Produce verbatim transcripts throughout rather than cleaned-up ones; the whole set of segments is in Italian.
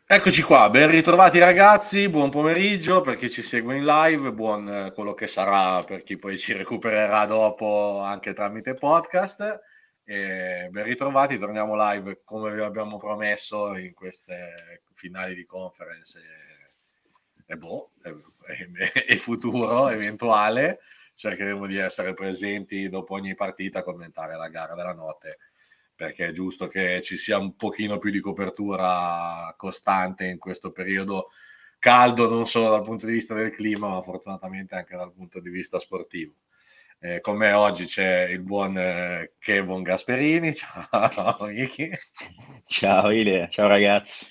Eccoci qua, ben ritrovati ragazzi, buon pomeriggio per chi ci segue in live, buon eh, quello che sarà per chi poi ci recupererà dopo anche tramite podcast. E ben ritrovati, torniamo live come vi abbiamo promesso in queste finali di conference e, e boh, e, e- e futuro eventuale. Cercheremo di essere presenti dopo ogni partita a commentare la gara della notte, perché è giusto che ci sia un pochino più di copertura costante in questo periodo caldo, non solo dal punto di vista del clima, ma fortunatamente anche dal punto di vista sportivo. Eh, con me oggi c'è il buon eh, Kevin Gasperini. Ciao Miki. Ciao Ile, ciao ragazzi.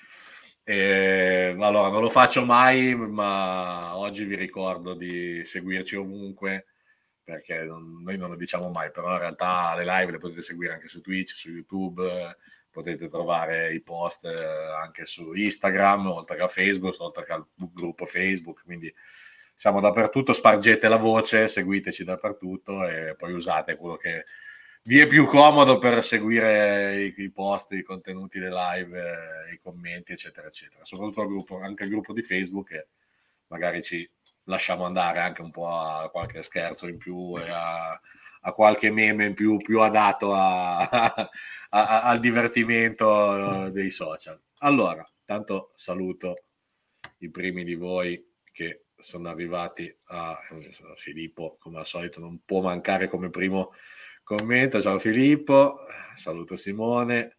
E, allora, non lo faccio mai, ma oggi vi ricordo di seguirci ovunque, perché non- noi non lo diciamo mai, però in realtà le live le potete seguire anche su Twitch, su YouTube, eh, potete trovare i post eh, anche su Instagram, oltre che a Facebook, oltre che al gruppo Facebook, quindi siamo dappertutto, spargete la voce, seguiteci dappertutto e poi usate quello che vi è più comodo per seguire i, i post, i contenuti, le live, eh, i commenti, eccetera, eccetera. Soprattutto il gruppo, anche il gruppo di Facebook, che magari ci lasciamo andare anche un po' a qualche scherzo in più e a, a qualche meme in più, più adatto a, a, a, al divertimento dei social. Allora, tanto saluto i primi di voi che sono arrivati a Filippo, come al solito non può mancare come primo commento. Ciao Filippo, saluto Simone,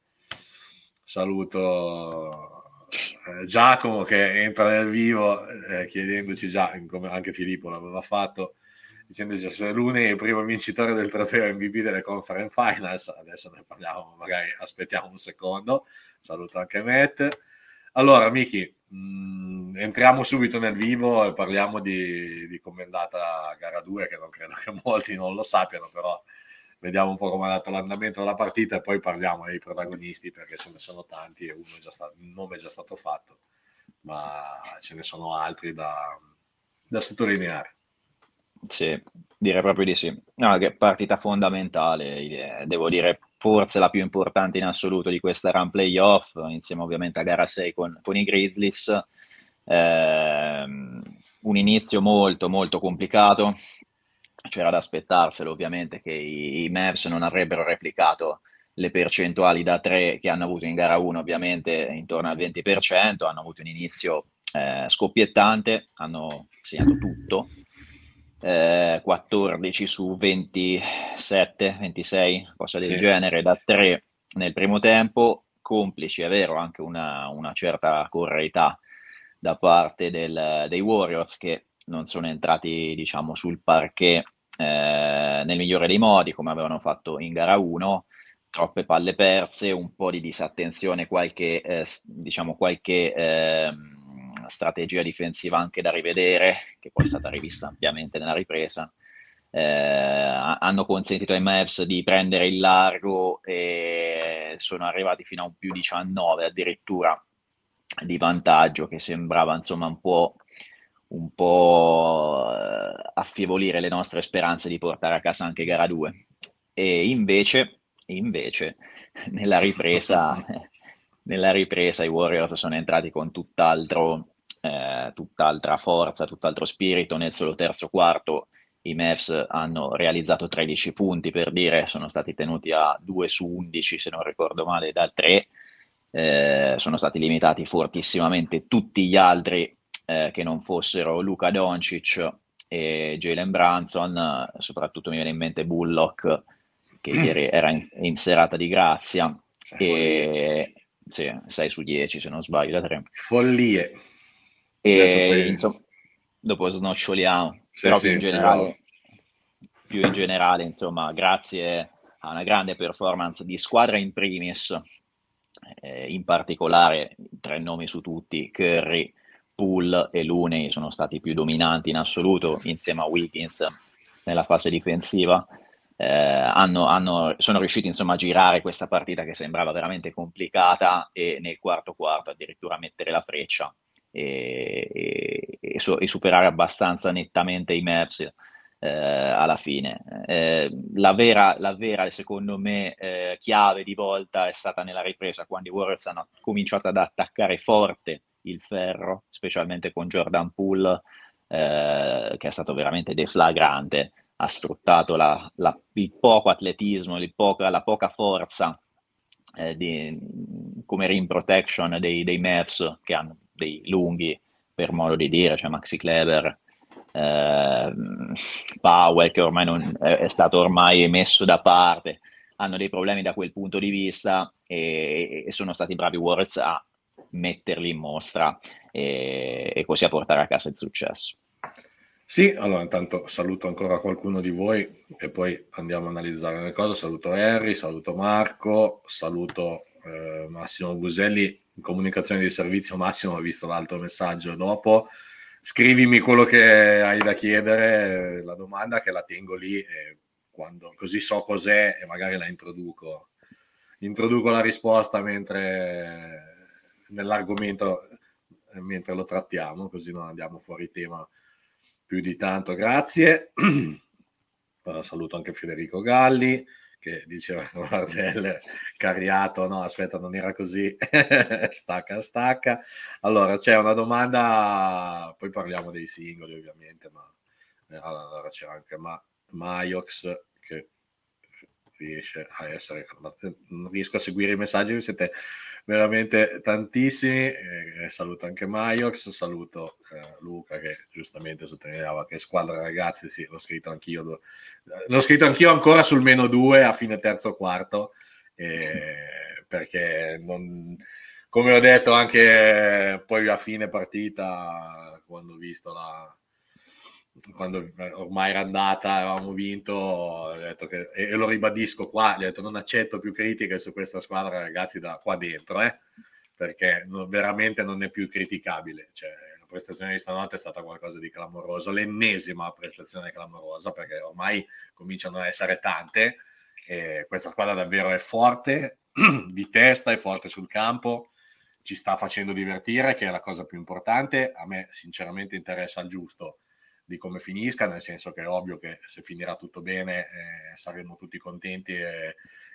saluto eh, Giacomo che entra nel vivo eh, chiedendoci già, come anche Filippo l'aveva fatto, dicendoci se Lune è il primo vincitore del trofeo M V P delle Conference Finals. Adesso ne parliamo, magari aspettiamo un secondo. Saluto anche Matt. Allora, Miki, mh, entriamo subito nel vivo e parliamo di, di come è andata gara due, che non credo che molti non lo sappiano, però vediamo un po' come è andato l'andamento della partita e poi parliamo dei protagonisti, perché ce ne sono tanti e uno è già stato, un nome è già stato fatto, ma ce ne sono altri da, da sottolineare. Sì, direi proprio di sì. No, che partita fondamentale, eh, devo dire forse la più importante in assoluto di questa run playoff, insieme ovviamente a gara sei con, con i Grizzlies. Ehm, un inizio molto molto complicato, c'era da aspettarselo ovviamente che i, i Mavs non avrebbero replicato le percentuali da tre che hanno avuto in gara uno, ovviamente intorno al venti per cento, hanno avuto un inizio eh, scoppiettante, hanno segnato tutto, eh, quattordici su ventisette, ventisei, cosa del Sì, genere, da tre nel primo tempo, complici, è vero, anche una, una certa correità da parte del- dei Warriors che non sono entrati, diciamo, sul parquet eh, nel migliore dei modi, come avevano fatto in gara uno, troppe palle perse, un po' di disattenzione, qualche, eh, s- diciamo, qualche ehm, strategia difensiva anche da rivedere, che poi è stata rivista ampiamente nella ripresa. Eh, ha- hanno consentito ai Mavs di prendere il largo e sono arrivati fino a un più diciannove addirittura di vantaggio, che sembrava insomma un po', un po' eh, affievolire le nostre speranze di portare a casa anche gara due. E invece, invece nella ripresa, nella ripresa i Warriors sono entrati con tutt'altro, eh, tutt'altra forza, tutt'altro spirito. Nel solo terzo quarto i Mavs hanno realizzato tredici punti, per dire, sono stati tenuti a due su undici, se non ricordo male, da tre. Eh, sono stati limitati fortissimamente tutti gli altri eh, che non fossero Luka Doncic e Jalen Brunson, eh, soprattutto mi viene in mente Bullock, che ieri era in, in serata di grazia, cioè, follie. e sì, sei su dieci se non sbaglio da tre. Follie. Adesso E poi... insomma, dopo snoccioliamo, Sì, però più in sì, ce li ho. generale, più in generale, insomma, grazie a una grande performance di squadra in primis, eh, in particolare tre nomi su tutti, Curry, Poole e Looney sono stati i più dominanti in assoluto insieme a Wiggins nella fase difensiva. Eh, hanno, hanno- sono riusciti insomma a girare questa partita che sembrava veramente complicata e nel quarto quarto addirittura a mettere la freccia e, e- e so- e superare abbastanza nettamente i Mavs eh, alla fine. Eh, la vera, la vera, secondo me, eh, chiave di volta è stata nella ripresa, quando i Warriors hanno cominciato ad attaccare forte il ferro, specialmente con Jordan Poole, eh, che è stato veramente deflagrante, ha sfruttato la, la, il poco atletismo, il poco, la poca forza eh, di, come rim protection dei, dei Mavs, che hanno dei lunghi, per modo di dire, cioè Maxi Kleber, eh, Powell, che ormai non, è, è stato ormai messo da parte, hanno dei problemi da quel punto di vista e, e sono stati bravi Warriors a metterli in mostra e, e così a portare a casa il successo. Sì, allora intanto saluto ancora qualcuno di voi e poi andiamo a analizzare le cose. Saluto Henry, saluto Marco, saluto eh, Massimo Buselli, in comunicazione di servizio. Massimo, ho visto l'altro messaggio dopo. Scrivimi quello che hai da chiedere, la domanda che la tengo lì e quando, così so cos'è e magari la introduco. Introduco la risposta mentre nell'argomento, mentre lo trattiamo, così non andiamo fuori tema più di tanto. Grazie. Uh, saluto anche Federico Galli che diceva Guardel Cariato, no aspetta non era così, stacca stacca. Allora c'è una domanda, poi parliamo dei singoli ovviamente, ma eh, allora c'era anche Ma- Maiox che riesce a essere, non riesco a seguire i messaggi, siete veramente tantissimi. Eh, saluto anche Maiox, saluto eh, Luca che giustamente sottolineava che squadra ragazzi, sì, l'ho scritto anch'io, do, l'ho scritto anch'io ancora sul meno due a fine terzo quarto, eh, perché non, come ho detto anche poi a fine partita, quando ho visto la quando ormai era andata, avevamo vinto, ho detto che, e lo ribadisco qua, ho detto non accetto più critiche su questa squadra ragazzi da qua dentro, eh, perché no, veramente non è più criticabile, cioè, la prestazione di stanotte è stata qualcosa di clamoroso, l'ennesima prestazione clamorosa, perché ormai cominciano a essere tante, e questa squadra davvero è forte, di testa, è forte sul campo, ci sta facendo divertire, che è la cosa più importante. A me sinceramente interessa il giusto di come finisca, nel senso che è ovvio che se finirà tutto bene eh, saremo tutti contenti e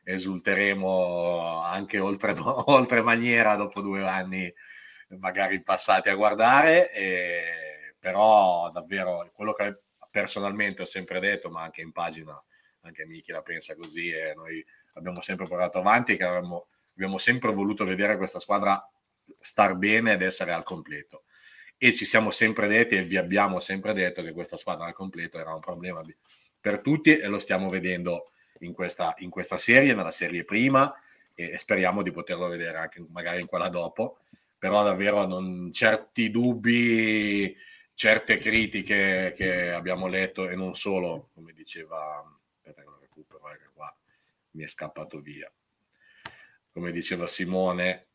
esulteremo anche oltre, oltre maniera dopo due anni magari passati a guardare, e, però davvero quello che personalmente ho sempre detto, ma anche in pagina anche Miki la pensa così e noi abbiamo sempre portato avanti, che avremmo, abbiamo sempre voluto vedere questa squadra star bene ed essere al completo. E ci siamo sempre detti e vi abbiamo sempre detto che questa squadra al completo era un problema per tutti e lo stiamo vedendo in questa, in questa serie, nella serie prima e, e speriamo di poterlo vedere anche magari in quella dopo, però davvero non, certi dubbi, certe critiche che abbiamo letto e non solo, come diceva, aspetta che lo recupero, che qua mi è scappato via, come diceva Simone,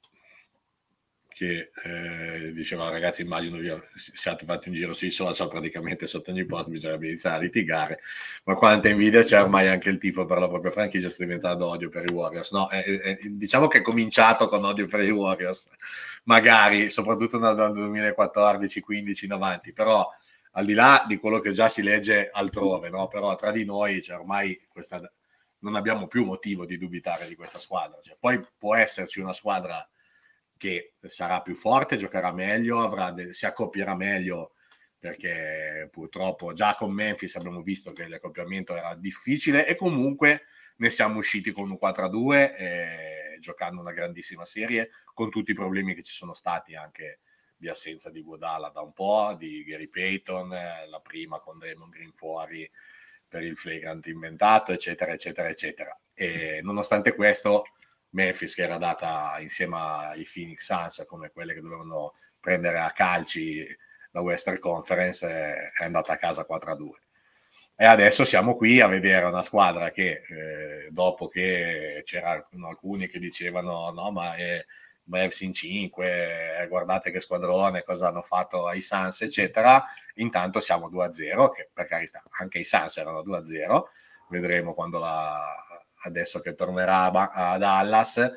che eh, diceva ragazzi immagino vi siate fatti un giro sui social praticamente sotto ogni post bisognerebbe iniziare a litigare, ma quanta invidia c'è ormai anche il tifo per la propria franchigia, sta diventando odio per i Warriors, no? Eh, eh, diciamo che è cominciato con odio per i Warriors magari soprattutto dal duemilaquattordici quindici in avanti, però al di là di quello che già si legge altrove, no? Però tra di noi cioè, ormai questa, non abbiamo più motivo di dubitare di questa squadra, cioè, poi può esserci una squadra che sarà più forte, giocherà meglio, avrà de- si accoppierà meglio, perché purtroppo già con Memphis abbiamo visto che l'accoppiamento era difficile e comunque ne siamo usciti con un quattro a due eh, giocando una grandissima serie con tutti i problemi che ci sono stati anche di assenza di Guadala da un po', di Gary Payton, eh, la prima con Draymond Green fuori per il flagrant inventato, eccetera, eccetera, eccetera. E nonostante questo Memphis, che era data insieme ai Phoenix Suns come quelle che dovevano prendere a calci la Western Conference, è andata a casa quattro a due. E adesso siamo qui a vedere una squadra che eh, dopo che c'erano alcuni che dicevano no ma è Mavs in cinque, eh, guardate che squadrone, cosa hanno fatto ai Suns eccetera, intanto siamo due a zero, che per carità anche i Suns erano due a zero, vedremo quando la adesso che tornerà a Dallas,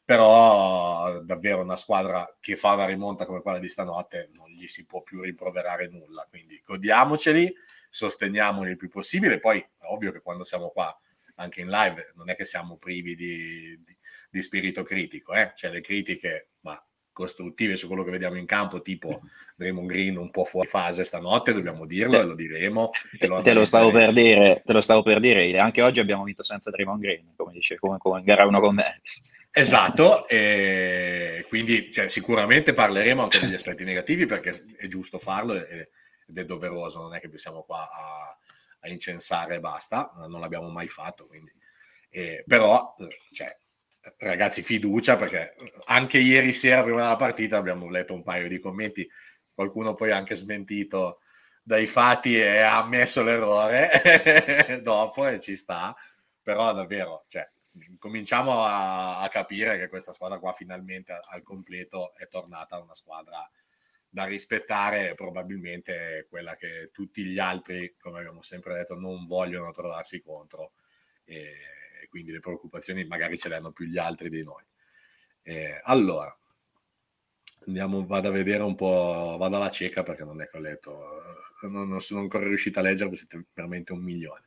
però davvero una squadra che fa una rimonta come quella di stanotte non gli si può più rimproverare nulla, quindi godiamoceli, sosteniamoli il più possibile. Poi è ovvio che quando siamo qua anche in live non è che siamo privi di, di, di spirito critico, eh? Cioè le critiche ma costruttive su quello che vediamo in campo, tipo Draymond Green un po' fuori fase stanotte, dobbiamo dirlo, te, e lo diremo te, e lo te lo stavo per dire te lo stavo per dire anche oggi abbiamo vinto senza Draymond Green, come dice, come, come in gara uno con me. Esatto, e quindi cioè, sicuramente parleremo anche degli aspetti negativi, perché è giusto farlo ed è doveroso, non è che siamo qua a, a incensare e basta, non l'abbiamo mai fatto, quindi. Eh, però cioè, ragazzi, fiducia, perché anche ieri sera prima della partita abbiamo letto un paio di commenti, qualcuno poi anche smentito dai fatti e ha ammesso l'errore dopo, e ci sta, però davvero, cioè, cominciamo a, a capire che questa squadra qua finalmente al completo è tornata una squadra da rispettare, probabilmente quella che tutti gli altri, come abbiamo sempre detto, non vogliono trovarsi contro, e, e quindi le preoccupazioni magari ce le hanno più gli altri di noi. Eh, allora, andiamo, vado a vedere un po', vado alla cieca perché non è che ho letto, non, non sono ancora riuscito a leggere, siete veramente un milione.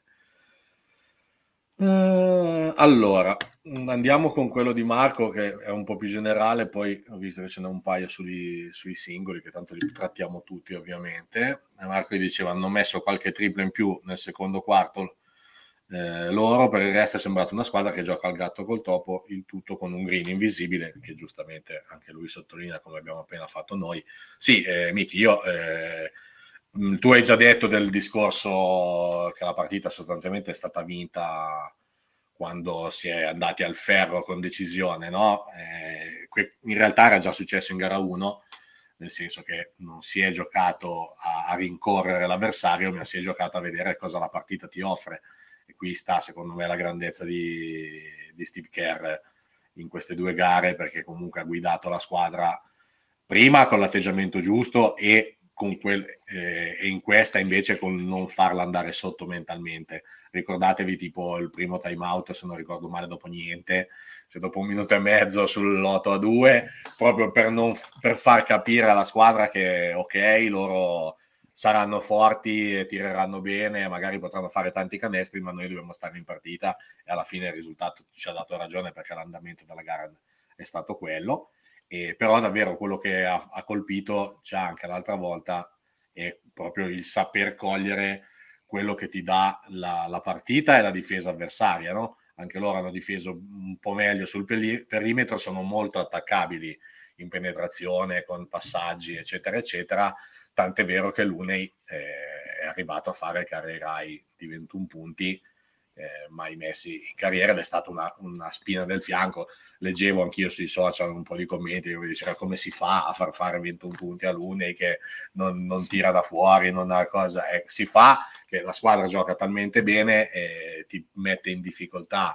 Uh, allora, andiamo con quello di Marco, che è un po' più generale, poi ho visto che ce n'è un paio sui, sui singoli, che tanto li trattiamo tutti ovviamente. Marco diceva, hanno messo qualche triplo in più nel secondo quarto eh, loro, per il resto è sembrata una squadra che gioca al gatto col topo, il tutto con un Green invisibile, che giustamente anche lui sottolinea, come abbiamo appena fatto noi. Sì, eh, Miki, io... Eh, tu hai già detto del discorso che la partita sostanzialmente è stata vinta quando si è andati al ferro con decisione, no? Eh, in realtà era già successo in gara uno, nel senso che non si è giocato a, a rincorrere l'avversario, ma si è giocato a vedere cosa la partita ti offre. E qui sta, secondo me, la grandezza di, di Steve Kerr in queste due gare, perché comunque ha guidato la squadra prima con l'atteggiamento giusto e con quel, eh, e in questa invece con non farla andare sotto mentalmente. Ricordatevi tipo il primo time out, se non ricordo male, dopo niente, cioè dopo un minuto e mezzo sull'otto a due, proprio per, non, per far capire alla squadra che ok, loro saranno forti e tireranno bene, magari potranno fare tanti canestri, ma noi dobbiamo stare in partita, e alla fine il risultato ci ha dato ragione, perché l'andamento della gara è stato quello. Eh, però davvero quello che ha, ha colpito già anche l'altra volta è proprio il saper cogliere quello che ti dà la, la partita e la difesa avversaria, no? Anche loro hanno difeso un po' meglio sul peri- perimetro, sono molto attaccabili in penetrazione, con passaggi, eccetera, eccetera, tant'è vero che Looney eh, è arrivato a fare career high di ventuno punti, eh, mai messi in carriera, ed è stata una, una spina del fianco. Leggevo anch'io sui social un po' di commenti dove diceva come si fa a far fare ventuno punti a Looney che non, non tira da fuori, non ha cosa. Eh, si fa che la squadra gioca talmente bene e ti mette in difficoltà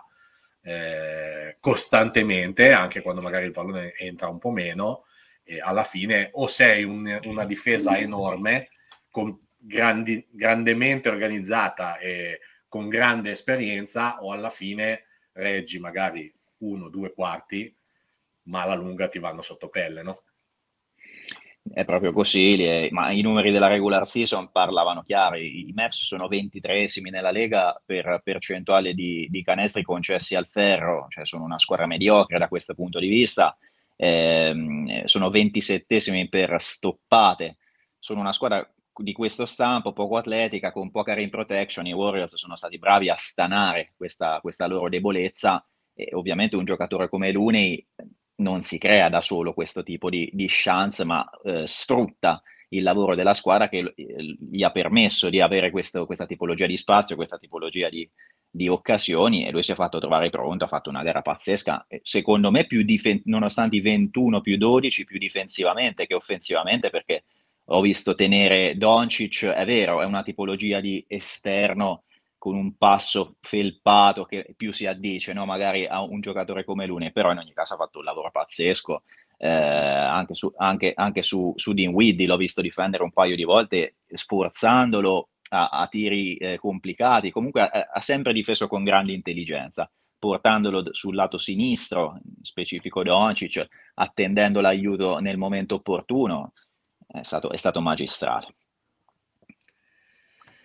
eh, costantemente, anche quando magari il pallone entra un po' meno, e alla fine o sei un, una difesa enorme, con grandi, grandemente organizzata e con grande esperienza, o alla fine reggi magari uno, due quarti, ma alla lunga ti vanno sotto pelle, no? È proprio così, li- ma i numeri della regular season parlavano chiari. I Mavs sono ventitreesimi nella Lega per percentuale di, di canestri concessi al ferro, cioè sono una squadra mediocre da questo punto di vista. Ehm, sono ventisettesimi per stoppate, sono una squadra di questo stampo, poco atletica, con poca rim protection. I Warriors sono stati bravi a stanare questa, questa loro debolezza, e ovviamente un giocatore come Looney non si crea da solo questo tipo di, di chance, ma eh, sfrutta il lavoro della squadra che eh, gli ha permesso di avere questo, questa tipologia di spazio, questa tipologia di, di occasioni, e lui si è fatto trovare pronto, ha fatto una gara pazzesca, secondo me più difen- nonostante i ventuno più dodici, più difensivamente che offensivamente, perché ho visto tenere Doncic, è vero, è una tipologia di esterno con un passo felpato che più si addice, no? Magari a un giocatore come Looney, però in ogni caso ha fatto un lavoro pazzesco, eh, anche, su, anche, anche su, su Dinwiddie l'ho visto difendere un paio di volte, sforzandolo a, a tiri eh, complicati, comunque ha, ha sempre difeso con grande intelligenza, portandolo d- sul lato sinistro, specifico Doncic, attendendo l'aiuto nel momento opportuno, è stato, è stato magistrale.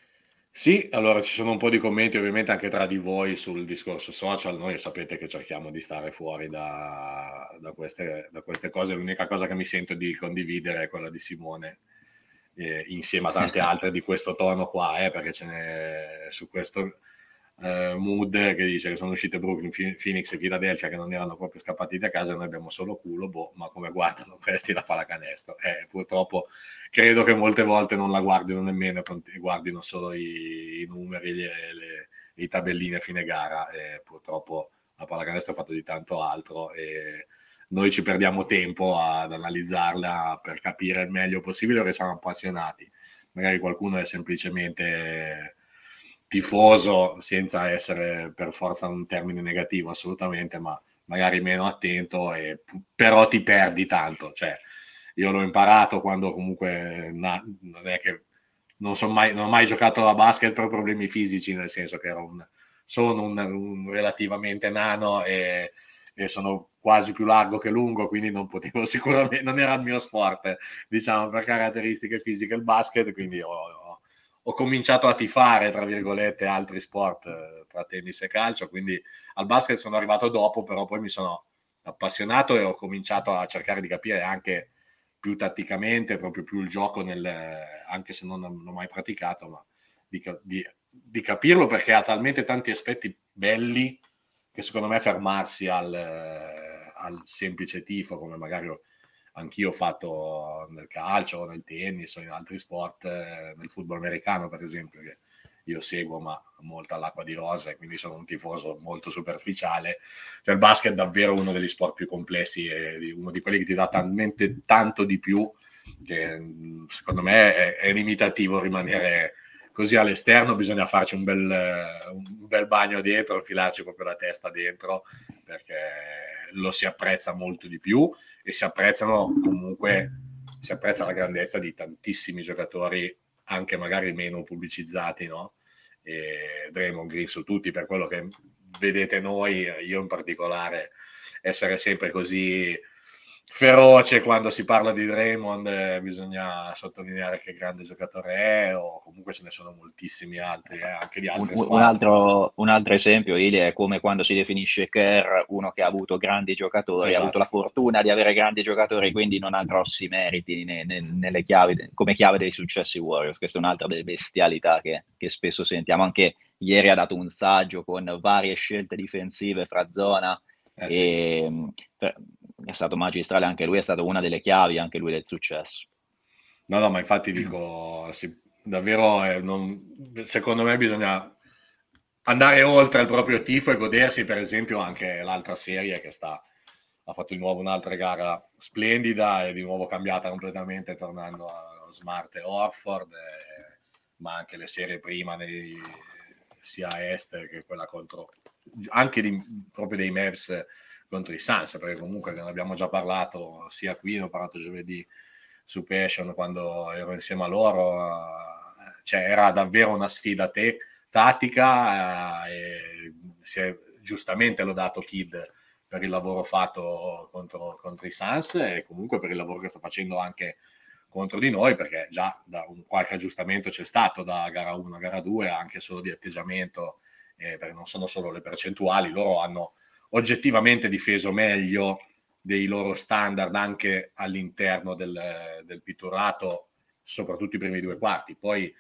Sì, allora ci sono un po' di commenti ovviamente anche tra di voi sul discorso social. Noi sapete che cerchiamo di stare fuori da, da queste, da queste cose. L'unica cosa che mi sento di condividere è quella di Simone, eh, insieme a tante altre di questo tono qua, eh, perché ce n'è su questo eh, mood che dice che sono uscite Brooklyn, Phoenix e Philadelphia che non erano proprio scappati da casa e noi abbiamo solo culo, boh, ma come guardano questi la pallacanestro? Eh, purtroppo credo che molte volte non la guardino nemmeno, guardino solo i, i numeri, le, le, i tabelline a fine gara, e purtroppo la pallacanestro è fatta di tanto altro e noi ci perdiamo tempo ad analizzarla per capire il meglio possibile perché siamo appassionati. Magari qualcuno è semplicemente tifoso senza essere per forza un termine negativo assolutamente, ma magari meno attento, e, però ti perdi tanto. Cioè, io l'ho imparato quando comunque na, non è che non, son mai, non ho mai giocato a basket per problemi fisici, nel senso che ero un, sono un, un relativamente nano e, e sono quasi più largo che lungo, quindi non potevo sicuramente, non era il mio sport, diciamo, per caratteristiche fisiche il basket, quindi ho, ho, ho cominciato a tifare, tra virgolette, altri sport, eh, tra tennis e calcio, quindi al basket sono arrivato dopo, però poi mi sono appassionato e ho cominciato a cercare di capire anche più tatticamente, proprio più il gioco, nel, anche se non l'ho mai praticato, ma di, di, di capirlo, perché ha talmente tanti aspetti belli che secondo me fermarsi al, al semplice tifo, come magari ho, anch'io ho fatto nel calcio, nel tennis o in altri sport, nel football americano per esempio, che io seguo ma molto all'acqua di rosa e quindi sono un tifoso molto superficiale. Cioè il basket è davvero uno degli sport più complessi e uno di quelli che ti dà talmente tanto di più che secondo me è, è limitativo rimanere così all'esterno. Bisogna farci un bel, un bel bagno dentro, infilarci proprio la testa dentro, perché lo si apprezza molto di più e si apprezzano comunque, si apprezza la grandezza di tantissimi giocatori anche magari meno pubblicizzati, no? E Draymond Green su tutti, per quello che vedete noi, io in particolare, essere sempre così feroce quando si parla di Draymond, eh, bisogna sottolineare che grande giocatore è, o comunque ce ne sono moltissimi altri, eh, anche di Un, altre un squadre. altro, un altro esempio, Ili, è come quando si definisce Kerr uno che ha avuto grandi giocatori, ha avuto la Esatto. fortuna di avere grandi giocatori, quindi non ha grossi meriti ne- ne- nelle chiavi, come chiave dei successi Warriors. Questa è un'altra delle bestialità che, che spesso sentiamo. Anche ieri ha dato un saggio con varie scelte difensive fra zona, Eh sì. e mh, per- è stato magistrale anche lui, è stato una delle chiavi anche lui del successo. No, no, ma infatti dico, sì, davvero, eh, non, secondo me bisogna andare oltre il proprio tifo e godersi, per esempio, anche l'altra serie che sta, ha fatto di nuovo un'altra gara splendida e di nuovo cambiata completamente, tornando a Smart e Orford, eh, ma anche le serie prima nei, sia a est che quella contro, anche di, proprio dei Mavs contro i Suns, perché comunque ne abbiamo già parlato sia qui, ne ho parlato giovedì su Passion quando ero insieme a loro, cioè era davvero una sfida te- tattica, eh, e si è giustamente lodato Kidd per il lavoro fatto contro, contro i Suns e comunque per il lavoro che sta facendo anche contro di noi, perché già da un qualche aggiustamento c'è stato da gara uno a gara due, anche solo di atteggiamento, eh, perché non sono solo le percentuali, loro hanno oggettivamente difeso meglio dei loro standard anche all'interno del, del pitturato, soprattutto i primi due quarti. Poi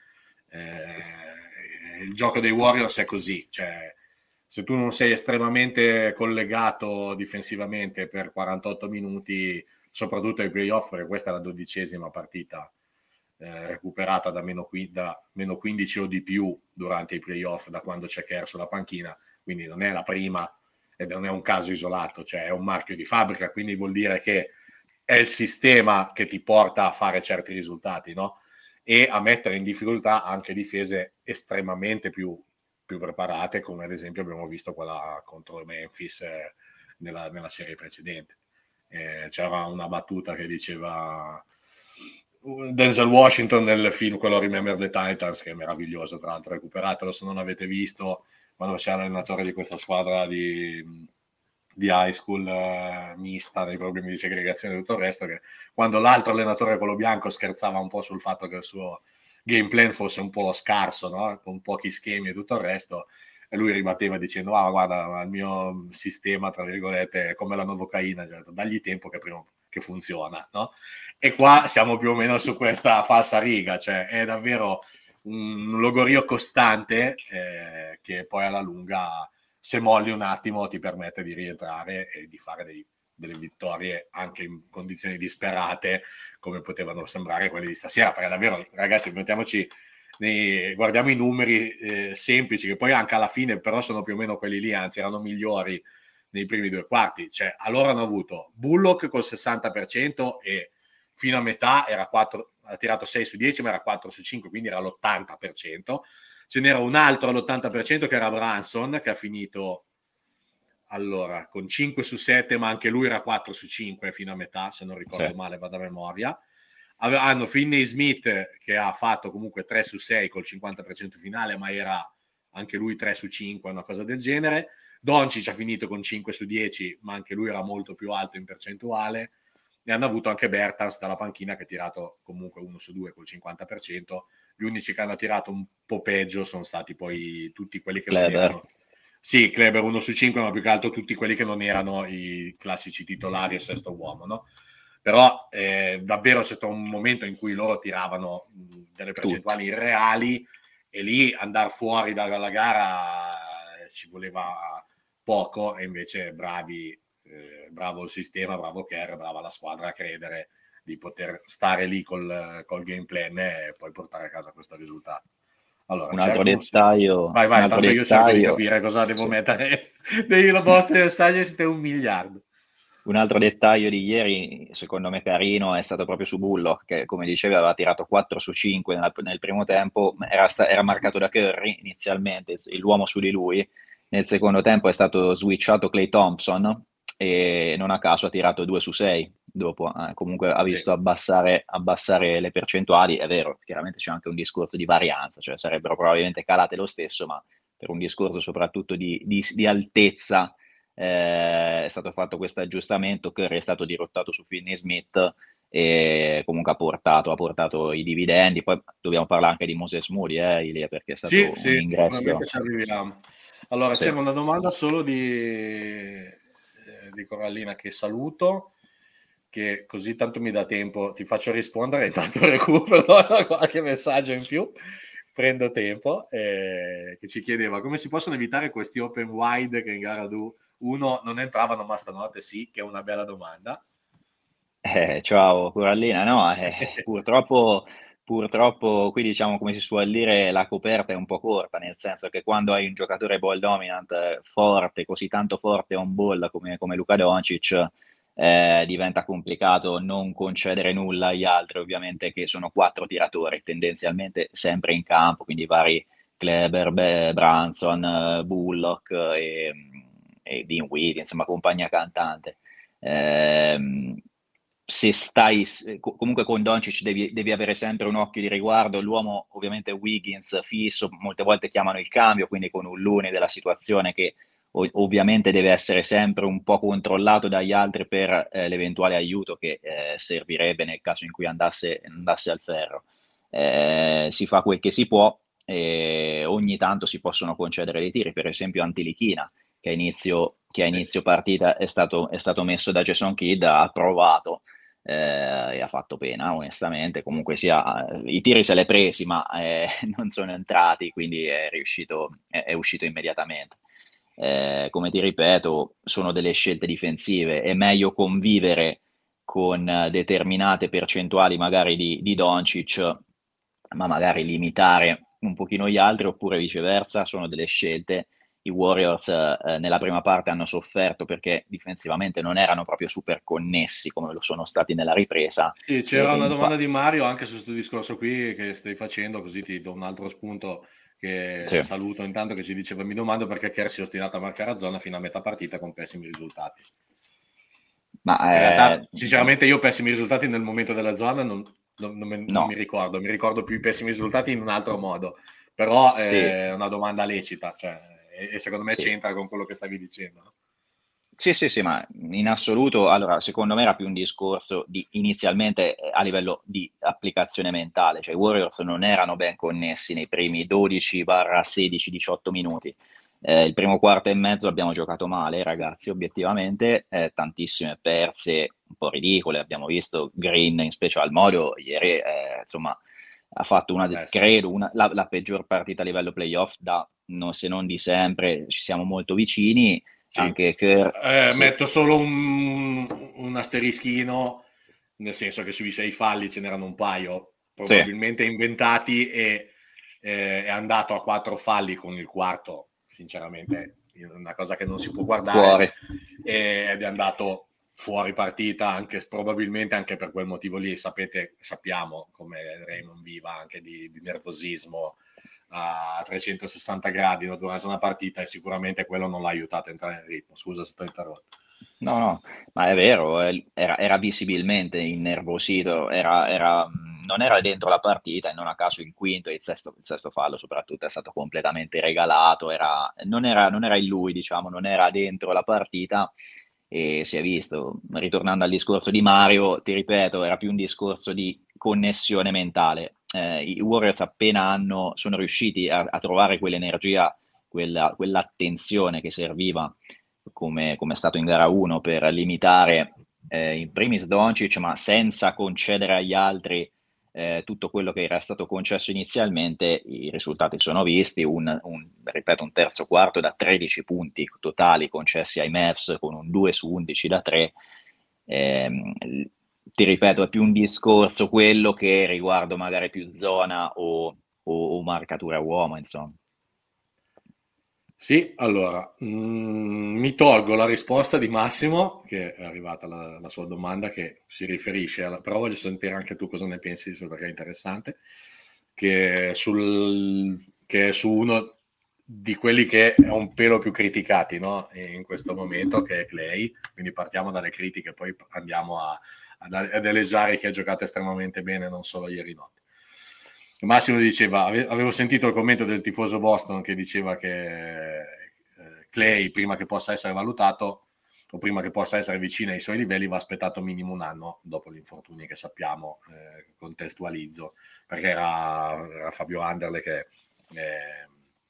eh, il gioco dei Warriors è così, cioè se tu non sei estremamente collegato difensivamente per quarantotto minuti, soprattutto ai playoff, perché questa è la dodicesima partita eh, recuperata da meno, da meno quindici o di più durante i playoff da quando c'è Kerr sulla panchina, quindi non è la prima ed non è un caso isolato, cioè è un marchio di fabbrica, quindi vuol dire che è il sistema che ti porta a fare certi risultati, no? E a mettere in difficoltà anche difese estremamente più, più preparate, come ad esempio abbiamo visto quella contro Memphis eh, nella, nella serie precedente. Eh, c'era una battuta che diceva Denzel Washington nel film, quello Remember the Titans, che è meraviglioso, tra l'altro recuperatelo se non l'avete visto, quando c'è l'allenatore di questa squadra di, di high school eh, mista, dei problemi di segregazione e tutto il resto, che quando l'altro allenatore, quello bianco, scherzava un po' sul fatto che il suo game plan fosse un po' scarso, no? Con pochi schemi e tutto il resto, e lui ribatteva dicendo ah, guarda, il mio sistema tra virgolette è come la novocaina, cioè, dagli tempo che prima che funziona, no? E qua siamo più o meno su questa falsa riga, cioè è davvero un logorio costante eh, che poi alla lunga, se molli un attimo, ti permette di rientrare e di fare dei, delle vittorie anche in condizioni disperate, come potevano sembrare quelle di stasera, perché davvero, ragazzi, mettiamoci nei, guardiamo i numeri eh, semplici, che poi anche alla fine però sono più o meno quelli lì, anzi erano migliori nei primi due quarti, cioè allora hanno avuto Bullock col sessanta per cento e fino a metà era quattro, ha tirato sei su dieci, ma era quattro su cinque, quindi era l'ottanta per cento. Ce n'era un altro all'ottanta per cento che era Branson, che ha finito allora con cinque su sette, ma anche lui era quattro su cinque fino a metà, se non ricordo sì. male, vado a memoria. Hanno Finney Smith che ha fatto comunque tre su sei col cinquanta per cento finale, ma era anche lui tre su cinque, una cosa del genere. Doncic ha finito con cinque su dieci, ma anche lui era molto più alto in percentuale. Ne hanno avuto anche Bertans dalla panchina, che ha tirato comunque uno su due col cinquanta per cento. Gli unici che hanno tirato un po' peggio sono stati poi tutti quelli che Kleber. non erano. Sì, Kleber uno su cinque, ma più che altro tutti quelli che non erano i classici titolari e sesto uomo, no? Però eh, davvero c'è stato un momento in cui loro tiravano mh, delle percentuali Tutti. irreali, e lì andare fuori dalla gara eh, ci voleva poco, e invece bravi, eh, bravo il sistema, bravo Kerr, brava la squadra a credere di poter stare lì col, col game plan e poi portare a casa questo risultato. Allora, un altro dettaglio, vai, vai, un altro tanto io dettaglio, cerco di capire cosa devo sì. mettere dei vostri messaggi, siete un miliardo. Un altro dettaglio di ieri, secondo me carino, è stato proprio su Bullock, che come dicevi aveva tirato quattro su cinque nel, nel primo tempo, era, sta, era marcato da Curry inizialmente, l'uomo su di lui. Nel secondo tempo è stato switchato Klay Thompson e non a caso ha tirato due su sei dopo, eh, comunque ha visto sì. abbassare, abbassare le percentuali. È vero, chiaramente c'è anche un discorso di varianza, cioè sarebbero probabilmente calate lo stesso, ma per un discorso soprattutto di, di, di altezza eh, è stato fatto questo aggiustamento. Curry è stato dirottato su Finney Smith e comunque ha portato, ha portato i dividendi. Poi dobbiamo parlare anche di Moses Moody, eh, Ilia, perché è stato sì, un sì, ingresso. Sicuramente ci arriviamo. Allora, sì. C'è una domanda solo di, eh, di Corallina, che saluto, che così tanto mi dà tempo, ti faccio rispondere, intanto recupero qualche messaggio in più, prendo tempo, eh, che ci chiedeva come si possono evitare questi open wide che in gara uno non entravano, ma stanotte sì, che è una bella domanda. Eh, ciao Corallina, no, eh, purtroppo, purtroppo qui diciamo, come si suol dire, la coperta è un po' corta, nel senso che quando hai un giocatore ball dominant forte, così tanto forte on ball come, come Luka Doncic, eh, diventa complicato non concedere nulla agli altri, ovviamente, che sono quattro tiratori tendenzialmente sempre in campo, quindi vari Kleber, Be- Branson, Bullock e, e Dinwiddie, insomma compagnia cantante. Ehm, se stai comunque con Doncic devi, devi avere sempre un occhio di riguardo. L'uomo ovviamente Wiggins fisso, molte volte chiamano il cambio, quindi con un Looney della situazione che ov- ovviamente deve essere sempre un po' controllato dagli altri per eh, l'eventuale aiuto che eh, servirebbe nel caso in cui andasse, andasse al ferro. Eh, si fa quel che si può e ogni tanto si possono concedere dei tiri, per esempio Antilichina che a inizio, che a inizio partita è stato, è stato messo da Jason Kidd, ha provato eh, e ha fatto pena, onestamente. Comunque sia, i tiri se li ha presi, ma eh, non sono entrati, quindi è riuscito, è, è uscito immediatamente. Eh, come ti ripeto, sono delle scelte difensive, è meglio convivere con determinate percentuali magari di, di Doncic, ma magari limitare un pochino gli altri, oppure viceversa, sono delle scelte. I Warriors eh, nella prima parte hanno sofferto perché difensivamente non erano proprio super connessi come lo sono stati nella ripresa. Sì, c'era una domanda di Mario anche su questo discorso qui che stai facendo, così ti do un altro spunto che sì. Saluto intanto, che ci diceva: mi domando perché Kerr si è ostinato a marcare a zona fino a metà partita con pessimi risultati. Ma in eh... realtà sinceramente io pessimi risultati nel momento della zona non, non, non, mi, no. non mi ricordo, mi ricordo più i pessimi risultati in un altro modo, però sì. È una domanda lecita, cioè, e, e secondo me sì. c'entra con quello che stavi dicendo. Sì, sì, sì, ma in assoluto, allora, secondo me era più un discorso di inizialmente eh, a livello di applicazione mentale, cioè i Warriors non erano ben connessi nei primi dodici sedici diciotto minuti. Eh, il primo quarto e mezzo abbiamo giocato male, ragazzi, obiettivamente, eh, tantissime perse un po' ridicole. Abbiamo visto Green in special modo ieri, eh, insomma, ha fatto una, Eh sì. credo, una- la, la peggior partita a livello playoff da, no, se non di sempre, ci siamo molto vicini. Sì. Anche Kerr, Eh, sì, metto solo un, un asterischino, nel senso che sui sei falli ce n'erano un paio, sì, probabilmente inventati, e eh, è andato a quattro falli con il quarto, sinceramente, è una cosa che non si può guardare, fuori. e- ed è andato fuori partita, anche, probabilmente anche per quel motivo lì. Sapete, sappiamo come Raymond viva anche di, di nervosismo a trecentosessanta gradi durante una partita, e sicuramente quello non l'ha aiutato a entrare in ritmo. Scusa se ti ho interrotto. No, no, ma è vero, eh, era, era visibilmente innervosito, era, era, mh, non era dentro la partita e non a caso il quinto e il sesto, il sesto fallo soprattutto è stato completamente regalato, era, non era, non era in lui, diciamo, non era dentro la partita e si è visto. Ritornando al discorso di Mario, ti ripeto, era più un discorso di connessione mentale. Eh, i Warriors appena hanno, sono riusciti a, a trovare quell'energia, quella, quell'attenzione che serviva come, come è stato in gara uno per limitare eh, in primis Doncic, ma senza concedere agli altri eh, tutto quello che era stato concesso inizialmente. I risultati sono visti, un, un, ripeto, un terzo quarto da tredici punti totali concessi ai Mavs con un due su undici da tre. Ehm, Ti Sì, ripeto, è sì. più un discorso quello che riguardo magari più zona o, o, o marcatura uomo, insomma. Sì, allora, mm, mi tolgo la risposta di Massimo, che è arrivata la, la sua domanda, che si riferisce alla, però voglio sentire anche tu cosa ne pensi, perché è interessante, che, sul, che è su uno di quelli che è un pelo più criticati, no? In questo momento, che è Clay. Quindi partiamo dalle critiche, poi andiamo a, ad, ad eleggiare chi ha giocato estremamente bene, non solo ieri notte. Massimo diceva, avevo sentito il commento del tifoso Boston che diceva che eh, Clay, prima che possa essere valutato o prima che possa essere vicino ai suoi livelli, va aspettato minimo un anno dopo gli infortuni che sappiamo. Eh, contestualizzo, perché era, era Fabio Anderle che eh,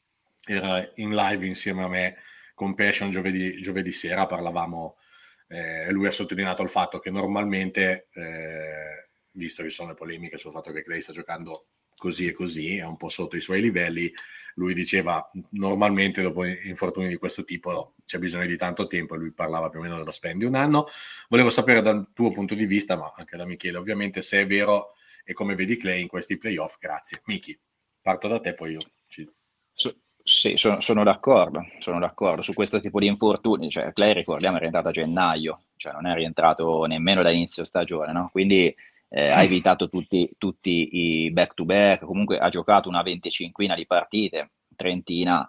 era in live insieme a me con Passion giovedì, giovedì sera, parlavamo, eh, e lui ha sottolineato il fatto che normalmente, eh, visto che sono le polemiche sul fatto che Clay sta giocando così e così, è un po' sotto i suoi livelli, lui diceva normalmente dopo infortuni di questo tipo c'è bisogno di tanto tempo, e lui parlava più o meno dello span di un anno. Volevo sapere dal tuo punto di vista, ma anche da Michele ovviamente, se è vero e come vedi Clay in questi playoff. Grazie. Miki, parto da te, poi io ci... So- sì, sono, sono d'accordo, sono d'accordo su questo tipo di infortuni. Cioè, Clay, ricordiamo, è rientrato a gennaio, cioè non è rientrato nemmeno da inizio stagione, no? Quindi eh, ha evitato tutti, tutti i back-to-back, comunque ha giocato una venticinquina di partite, trentina,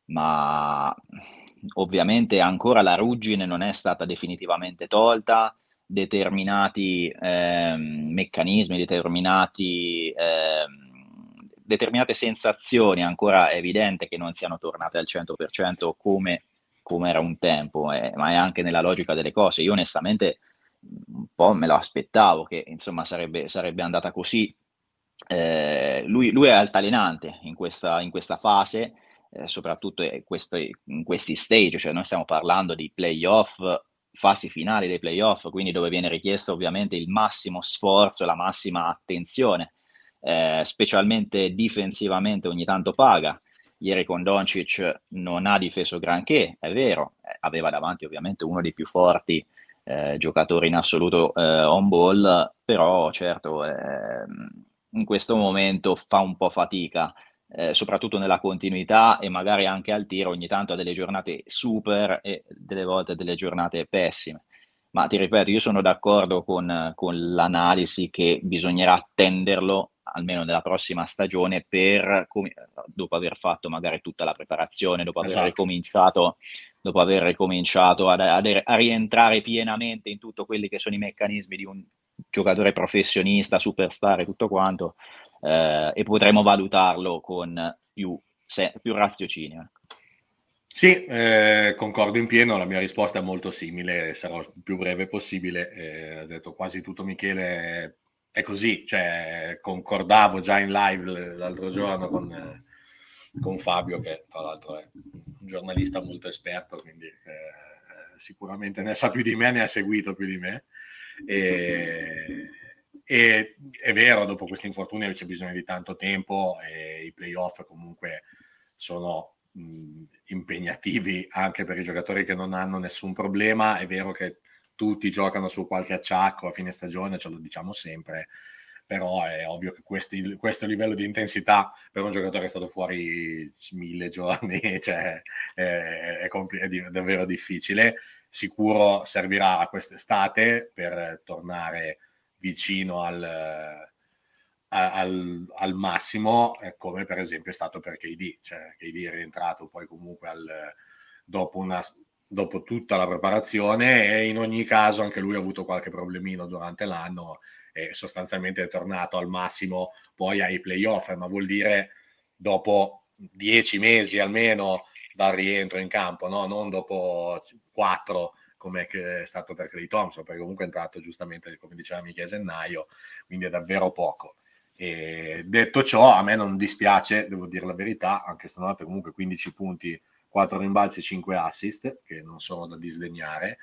ma ovviamente ancora la ruggine non è stata definitivamente tolta. Determinati ehm, meccanismi, determinati, ehm, determinate sensazioni ancora è evidente che non siano tornate al cento per cento come, come era un tempo, eh, ma è anche nella logica delle cose. Io onestamente un po' me lo aspettavo che insomma sarebbe, sarebbe andata così. Eh, lui, lui è altalenante in questa, in questa fase, eh, soprattutto in questi, in questi stage, cioè noi stiamo parlando di playoff, fasi finali dei playoff, quindi dove viene richiesto ovviamente il massimo sforzo e la massima attenzione, eh, specialmente difensivamente ogni tanto paga. Ieri con Doncic non ha difeso granché, è vero, eh, aveva davanti ovviamente uno dei più forti eh, giocatori in assoluto eh, on ball, però certo ehm, in questo momento fa un po' fatica, eh, soprattutto nella continuità e magari anche al tiro, ogni tanto ha delle giornate super e delle volte delle giornate pessime. Ma ti ripeto, io sono d'accordo con, con l'analisi che bisognerà attenderlo almeno nella prossima stagione per, come- dopo aver fatto magari tutta la preparazione, dopo aver Esatto. ricominciato, dopo aver ricominciato ad- ad- a rientrare pienamente in tutto quelli che sono i meccanismi di un giocatore professionista, superstar e tutto quanto, eh, e potremo valutarlo con più, se- più raziocinio. Ecco. Sì, eh, concordo in pieno, la mia risposta è molto simile, sarò il più breve possibile. Eh, ha detto quasi tutto Michele, è così, cioè concordavo già in live l'altro giorno con, eh, con Fabio, che tra l'altro è un giornalista molto esperto, quindi eh, sicuramente ne sa più di me, ne ha seguito più di me. E, e è vero, dopo questi infortuni c'è bisogno di tanto tempo e i playoff comunque sono mh, impegnativi anche per i giocatori che non hanno nessun problema. È vero che tutti giocano su qualche acciacco a fine stagione, ce lo diciamo sempre, però è ovvio che questi, questo livello di intensità per un giocatore che è stato fuori mille giorni cioè, è, è, compl- è davvero difficile. Sicuro servirà quest'estate per tornare vicino al, al, al massimo, eh, come per esempio è stato per K D, cioè K D è rientrato poi comunque al, dopo, una, dopo tutta la preparazione, e in ogni caso anche lui ha avuto qualche problemino durante l'anno e sostanzialmente è tornato al massimo poi ai playoff, ma vuol dire dopo dieci mesi almeno dal rientro in campo, no? Non dopo quattro come è stato per Klay Thompson, perché comunque è entrato giustamente, come diceva Michele, a gennaio, quindi è davvero poco. E detto ciò, a me non dispiace, devo dire la verità, anche stanotte comunque quindici punti, quattro rimbalzi e cinque assist, che non sono da disdegnare,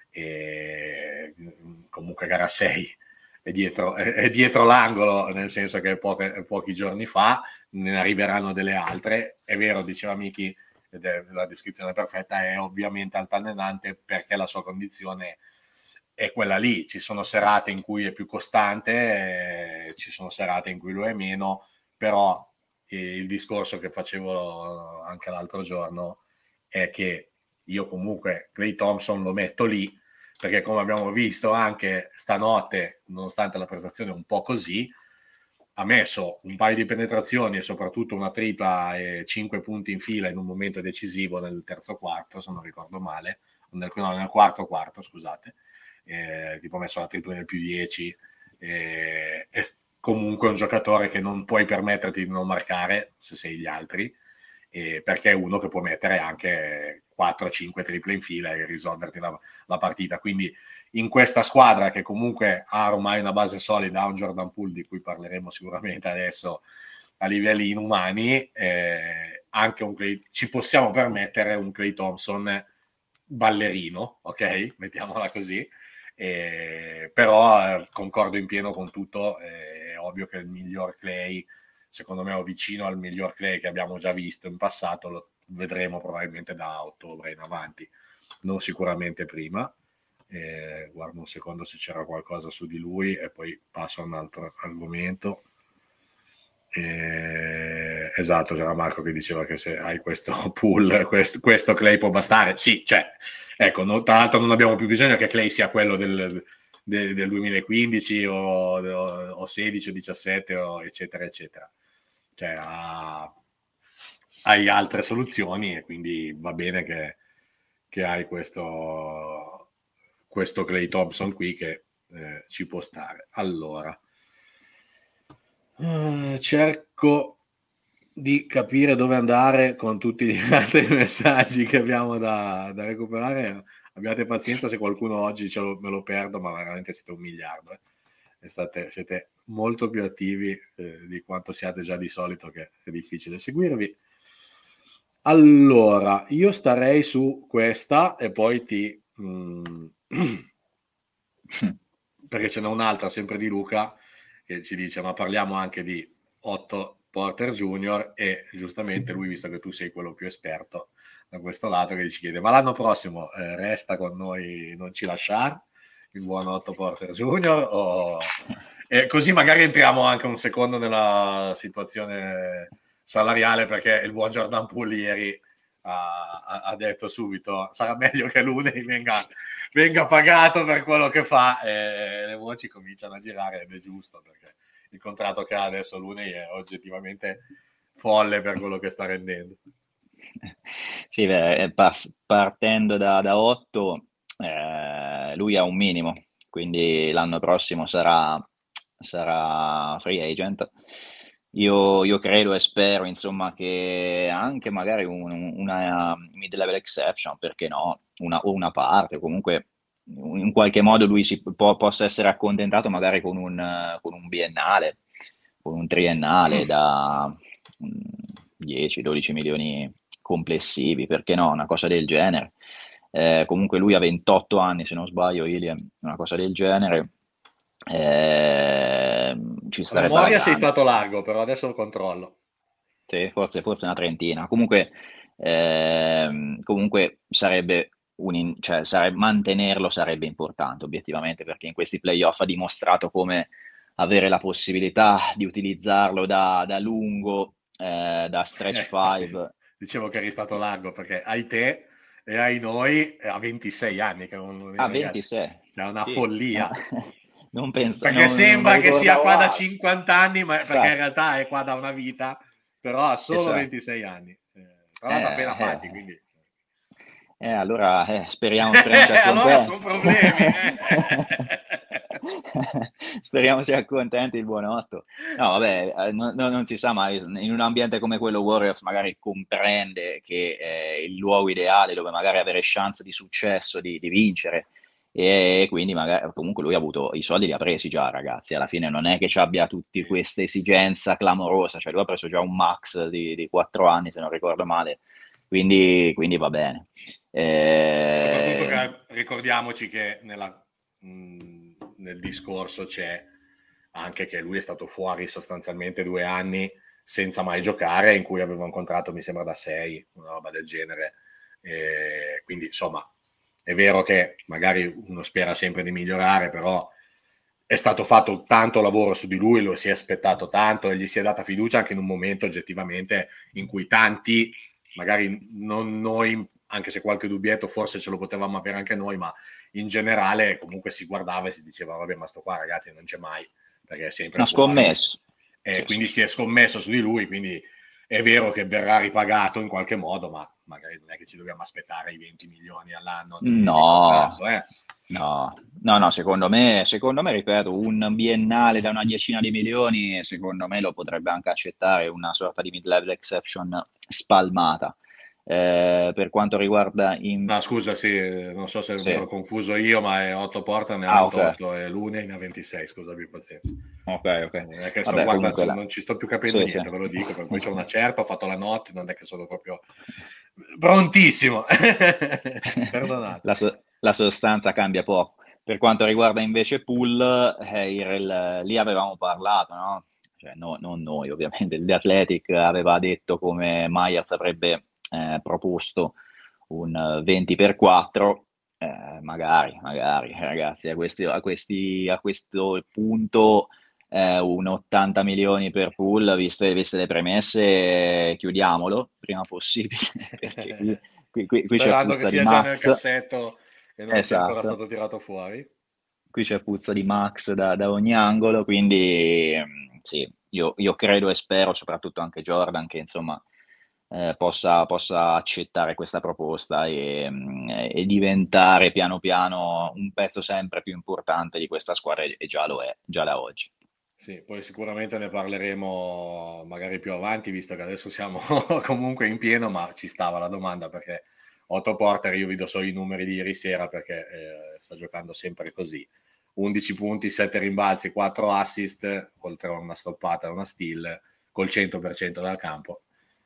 e comunque gara sei è dietro, è dietro l'angolo, nel senso che poche, pochi giorni fa ne arriveranno delle altre. È vero, diceva Miki, ed è la descrizione perfetta, è ovviamente altalenante perché la sua condizione è quella lì. Ci sono serate in cui è più costante, eh, ci sono serate in cui lo è meno, però eh, il discorso che facevo anche l'altro giorno è che io comunque Klay Thompson lo metto lì perché, come abbiamo visto anche stanotte, nonostante la prestazione un po' così, ha messo un paio di penetrazioni e soprattutto una tripla e cinque punti in fila in un momento decisivo nel terzo quarto, se non ricordo male, nel, no, nel quarto quarto, scusate, eh, tipo ha messo la tripla nel più dieci, eh, è comunque un giocatore che non puoi permetterti di non marcare se sei gli altri, eh, perché è uno che può mettere anche quattro cinque triple in fila e risolverti la, la partita. Quindi in questa squadra che comunque ha ormai una base solida, ha un Jordan Poole di cui parleremo sicuramente adesso a livelli inumani, eh, anche un Klay, ci possiamo permettere un Klay Thompson ballerino, ok? Mettiamola così. Eh, però eh, concordo in pieno con tutto, eh, è ovvio che il miglior Klay, secondo me, o vicino al miglior Klay che abbiamo già visto in passato, lo vedremo probabilmente da ottobre in avanti, non sicuramente prima. Eh, guardo un secondo se c'era qualcosa su di lui e poi passo a un altro argomento. Eh, esatto, c'era Marco che diceva che se hai questo pool, questo, questo Klay può bastare. Sì, cioè, ecco, no, tra l'altro non abbiamo più bisogno che Klay sia quello del, del, del duemilaquindici o, o, o sedici o diciassette o eccetera eccetera. Cioè, ha, hai altre soluzioni e quindi va bene che, che hai questo, questo Klay Thompson qui che eh, ci può stare. Allora, Uh, cerco di capire dove andare con tutti gli altri messaggi che abbiamo da, da recuperare. Abbiate pazienza se qualcuno oggi ce lo, me lo perdo, ma veramente siete un miliardo. Eh. State, siete molto più attivi eh, di quanto siate già di solito, che è difficile seguirvi. Allora, io starei su questa e poi ti... Mm, perché ce n'è un'altra sempre di Luca che ci dice ma parliamo anche di Otto Porter Junior e giustamente lui, visto che tu sei quello più esperto da questo lato, che ci chiede ma l'anno prossimo eh, resta con noi, non ci lasciare il buon Otto Porter Junior o... e così magari entriamo anche un secondo nella situazione salariale, perché il buon Jordan Poole ieri ha, ha detto subito sarà meglio che l'Unei venga, venga pagato per quello che fa, e le voci cominciano a girare ed è giusto, perché il contratto che ha adesso l'Unei è oggettivamente folle per quello che sta rendendo. Sì, beh, partendo da, da otto, eh, lui ha un minimo, quindi l'anno prossimo sarà, sarà free agent Io, io credo e spero, insomma, che anche magari un- una mid-level exception, perché no, una, o una parte, comunque in qualche modo lui si po- possa essere accontentato magari con un, eh, con un biennale, con un triennale da mm, dieci dodici milioni complessivi, perché no, una cosa del genere. Eh, comunque lui ha ventotto anni, se non sbaglio, Ilian, una cosa del genere. Eh, ci A starebbe alla memoria sei grande. stato largo, però adesso lo controllo. Sì, forse, forse una trentina. Comunque, ehm, comunque sarebbe un in- cioè, sare- mantenerlo sarebbe importante, obiettivamente, perché in questi playoff ha dimostrato come avere la possibilità di utilizzarlo da, da lungo, eh, da Eh, stretch infatti five. dicevo che eri stato largo perché hai te e hai noi eh, a ventisei anni, che non, Ah, ragazzi, ventisei. c'è una Sì, no, follia. non penso, Perché non, non mi sembra che sia ricordavo qua da male. cinquanta anni, ma perché in Esatto, realtà è qua da una vita, però ha solo esatto. ventisei anni. Eh, tra l'altro appena Eh, fatti, eh. quindi... Eh, allora, eh, speriamo, speriamo sia Allora contento. sono problemi. Speriamo sia contento il buon Otto. No, vabbè, eh, no- no- non si sa mai, in un ambiente come quello Warriors magari comprende che è il luogo ideale dove magari avere chance di successo, di, di vincere, e quindi magari comunque lui ha avuto i soldi li ha presi già, ragazzi, alla fine non è che ci abbia tutti Sì. questa esigenza clamorosa, cioè lui ha preso già un max di, di quattro anni, se non ricordo male, quindi, quindi va bene. Soprattutto Eh, che ricordiamoci che nella, mh, nel discorso c'è anche che lui è stato fuori sostanzialmente due anni senza mai sì. giocare, in cui aveva un contratto, mi sembra, da sei, una roba del genere. E quindi, insomma, è vero che magari uno spera sempre di migliorare, però è stato fatto tanto lavoro su di lui, lo si è aspettato tanto e gli si è data fiducia anche in un momento oggettivamente in cui tanti, magari non noi, anche se qualche dubbietto forse ce lo potevamo avere anche noi, ma in generale comunque si guardava e si diceva vabbè, ma sto qua ragazzi non c'è mai perché è sempre Una fuori, scommesso. e Sì, sì. quindi si è scommesso su di lui, quindi è vero che verrà ripagato in qualche modo, ma magari non è che ci dobbiamo aspettare i venti milioni all'anno di, di No, contratto, eh. no, no, no, secondo me, secondo me, ripeto, un biennale da una decina di milioni, secondo me lo potrebbe anche accettare una sorta di mid-level exception spalmata. Eh, per quanto riguarda in... No, scusa, sì, non so se mi Sì, ero confuso io, ma è otto Porter ne ha ah, ok, ventotto e Lune ne ha ventisei, scusa, abbi pazienza. ok, ok. Non è che sto Vabbè, guardando, comunque la... non ci sto più capendo Sì, sì. niente, ve lo dico, per poi c'ho una certa, ho fatto la notte, non è che sono proprio prontissimo. La, Perdonatemi. so- la sostanza cambia poco. Per quanto riguarda invece Pool, eh, il- lì avevamo parlato, no? Cioè, no- non noi, ovviamente, il The Athletic aveva detto come Myers avrebbe eh, proposto un eh, venti per quattro, eh, magari, magari, ragazzi, a, questi- a questi- a questo punto eh, un ottanta milioni per Pool, viste, viste le premesse, chiudiamolo prima possibile, perché qui qui, qui- qui c'è Sperando che puzza di sia già nel Max, cassetto e non sia ancora esatto, stato tirato fuori. qui c'è puzza di Max da, da ogni angolo, quindi mm, sì, io, io credo e spero, soprattutto anche Jordan, che insomma eh, possa, possa accettare questa proposta e, mm, e diventare piano piano un pezzo sempre più importante di questa squadra, e già lo è, già da oggi. Sì, poi sicuramente ne parleremo magari più avanti, visto che adesso siamo comunque in pieno, ma ci stava la domanda perché Otto Porter, io vi do solo i numeri di ieri sera perché eh, sta giocando sempre così. undici punti, sette rimbalzi, quattro assist, oltre a una stoppata e una steal, col cento per cento dal campo.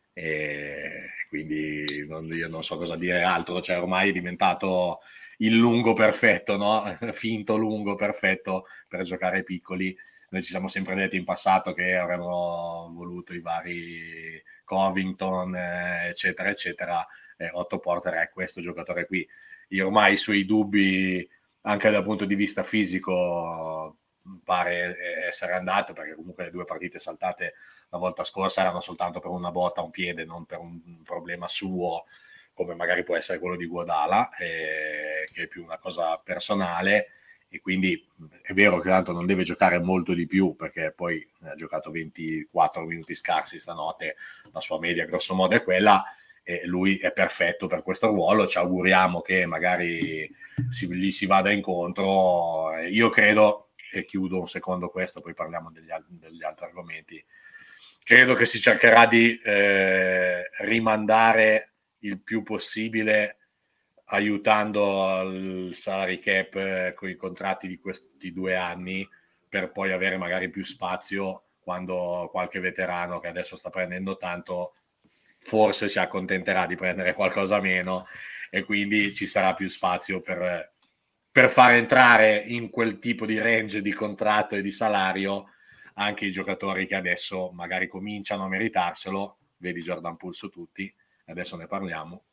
E quindi non, io non so cosa dire altro, cioè ormai è diventato il lungo perfetto, no? Finto lungo perfetto per giocare ai piccoli. Noi ci siamo sempre detti in passato che avremmo voluto i vari Covington, eh, eccetera, eccetera. Eh, Otto Porter è questo giocatore qui. Io ormai i suoi dubbi, anche dal punto di vista fisico, pare essere andato, perché comunque le due partite saltate la volta scorsa erano soltanto per una botta a un piede, non per un problema suo, come magari può essere quello di Guadala, eh, che è più una cosa personale. E quindi è vero che tanto non deve giocare molto di più perché poi ha giocato ventiquattro minuti scarsi stanotte, la sua media grosso modo è quella e lui è perfetto per questo ruolo, ci auguriamo che magari si, gli si vada incontro. Io credo, e chiudo un secondo questo, poi parliamo degli, degli altri argomenti, credo che si cercherà di eh, rimandare il più possibile, aiutando il salary cap eh, con i contratti di questi due anni, per poi avere magari più spazio quando qualche veterano che adesso sta prendendo tanto forse si accontenterà di prendere qualcosa meno, e quindi ci sarà più spazio per, per far entrare in quel tipo di range di contratto e di salario anche i giocatori che adesso magari cominciano a meritarselo. Vedi Jordan Poole su tutti, adesso ne parliamo,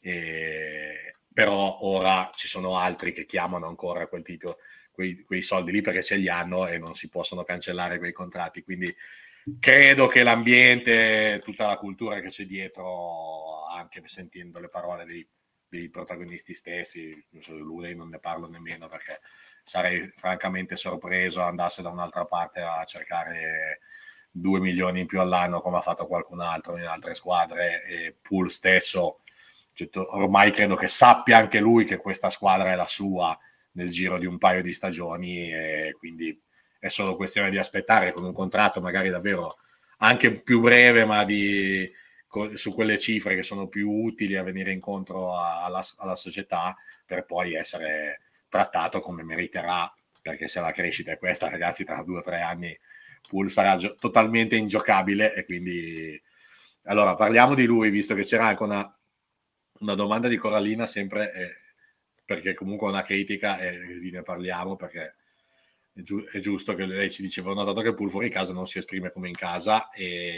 e, però ora ci sono altri che chiamano ancora quel tipo, quei, quei soldi lì, perché ce li hanno e non si possono cancellare quei contratti. Quindi credo che l'ambiente, tutta la cultura che c'è dietro, anche sentendo le parole dei, dei protagonisti stessi, lui non ne parlo nemmeno, perché sarei francamente sorpreso andasse da un'altra parte a cercare due milioni in più all'anno come ha fatto qualcun altro in altre squadre. E Poole stesso, cioè, ormai credo che sappia anche lui che questa squadra è la sua nel giro di un paio di stagioni, e quindi è solo questione di aspettare con un contratto magari davvero anche più breve, ma di, su quelle cifre che sono più utili a venire incontro alla, alla società, per poi essere trattato come meriterà, perché se la crescita è questa, ragazzi, tra due o tre anni Poole sarà gio- totalmente ingiocabile. E quindi allora parliamo di lui, visto che c'era anche una, una domanda di Corallina sempre, eh, perché comunque una critica, e eh, ne parliamo perché è, giu- è giusto che lei ci diceva: ho notato che Poole fuori casa non si esprime come in casa,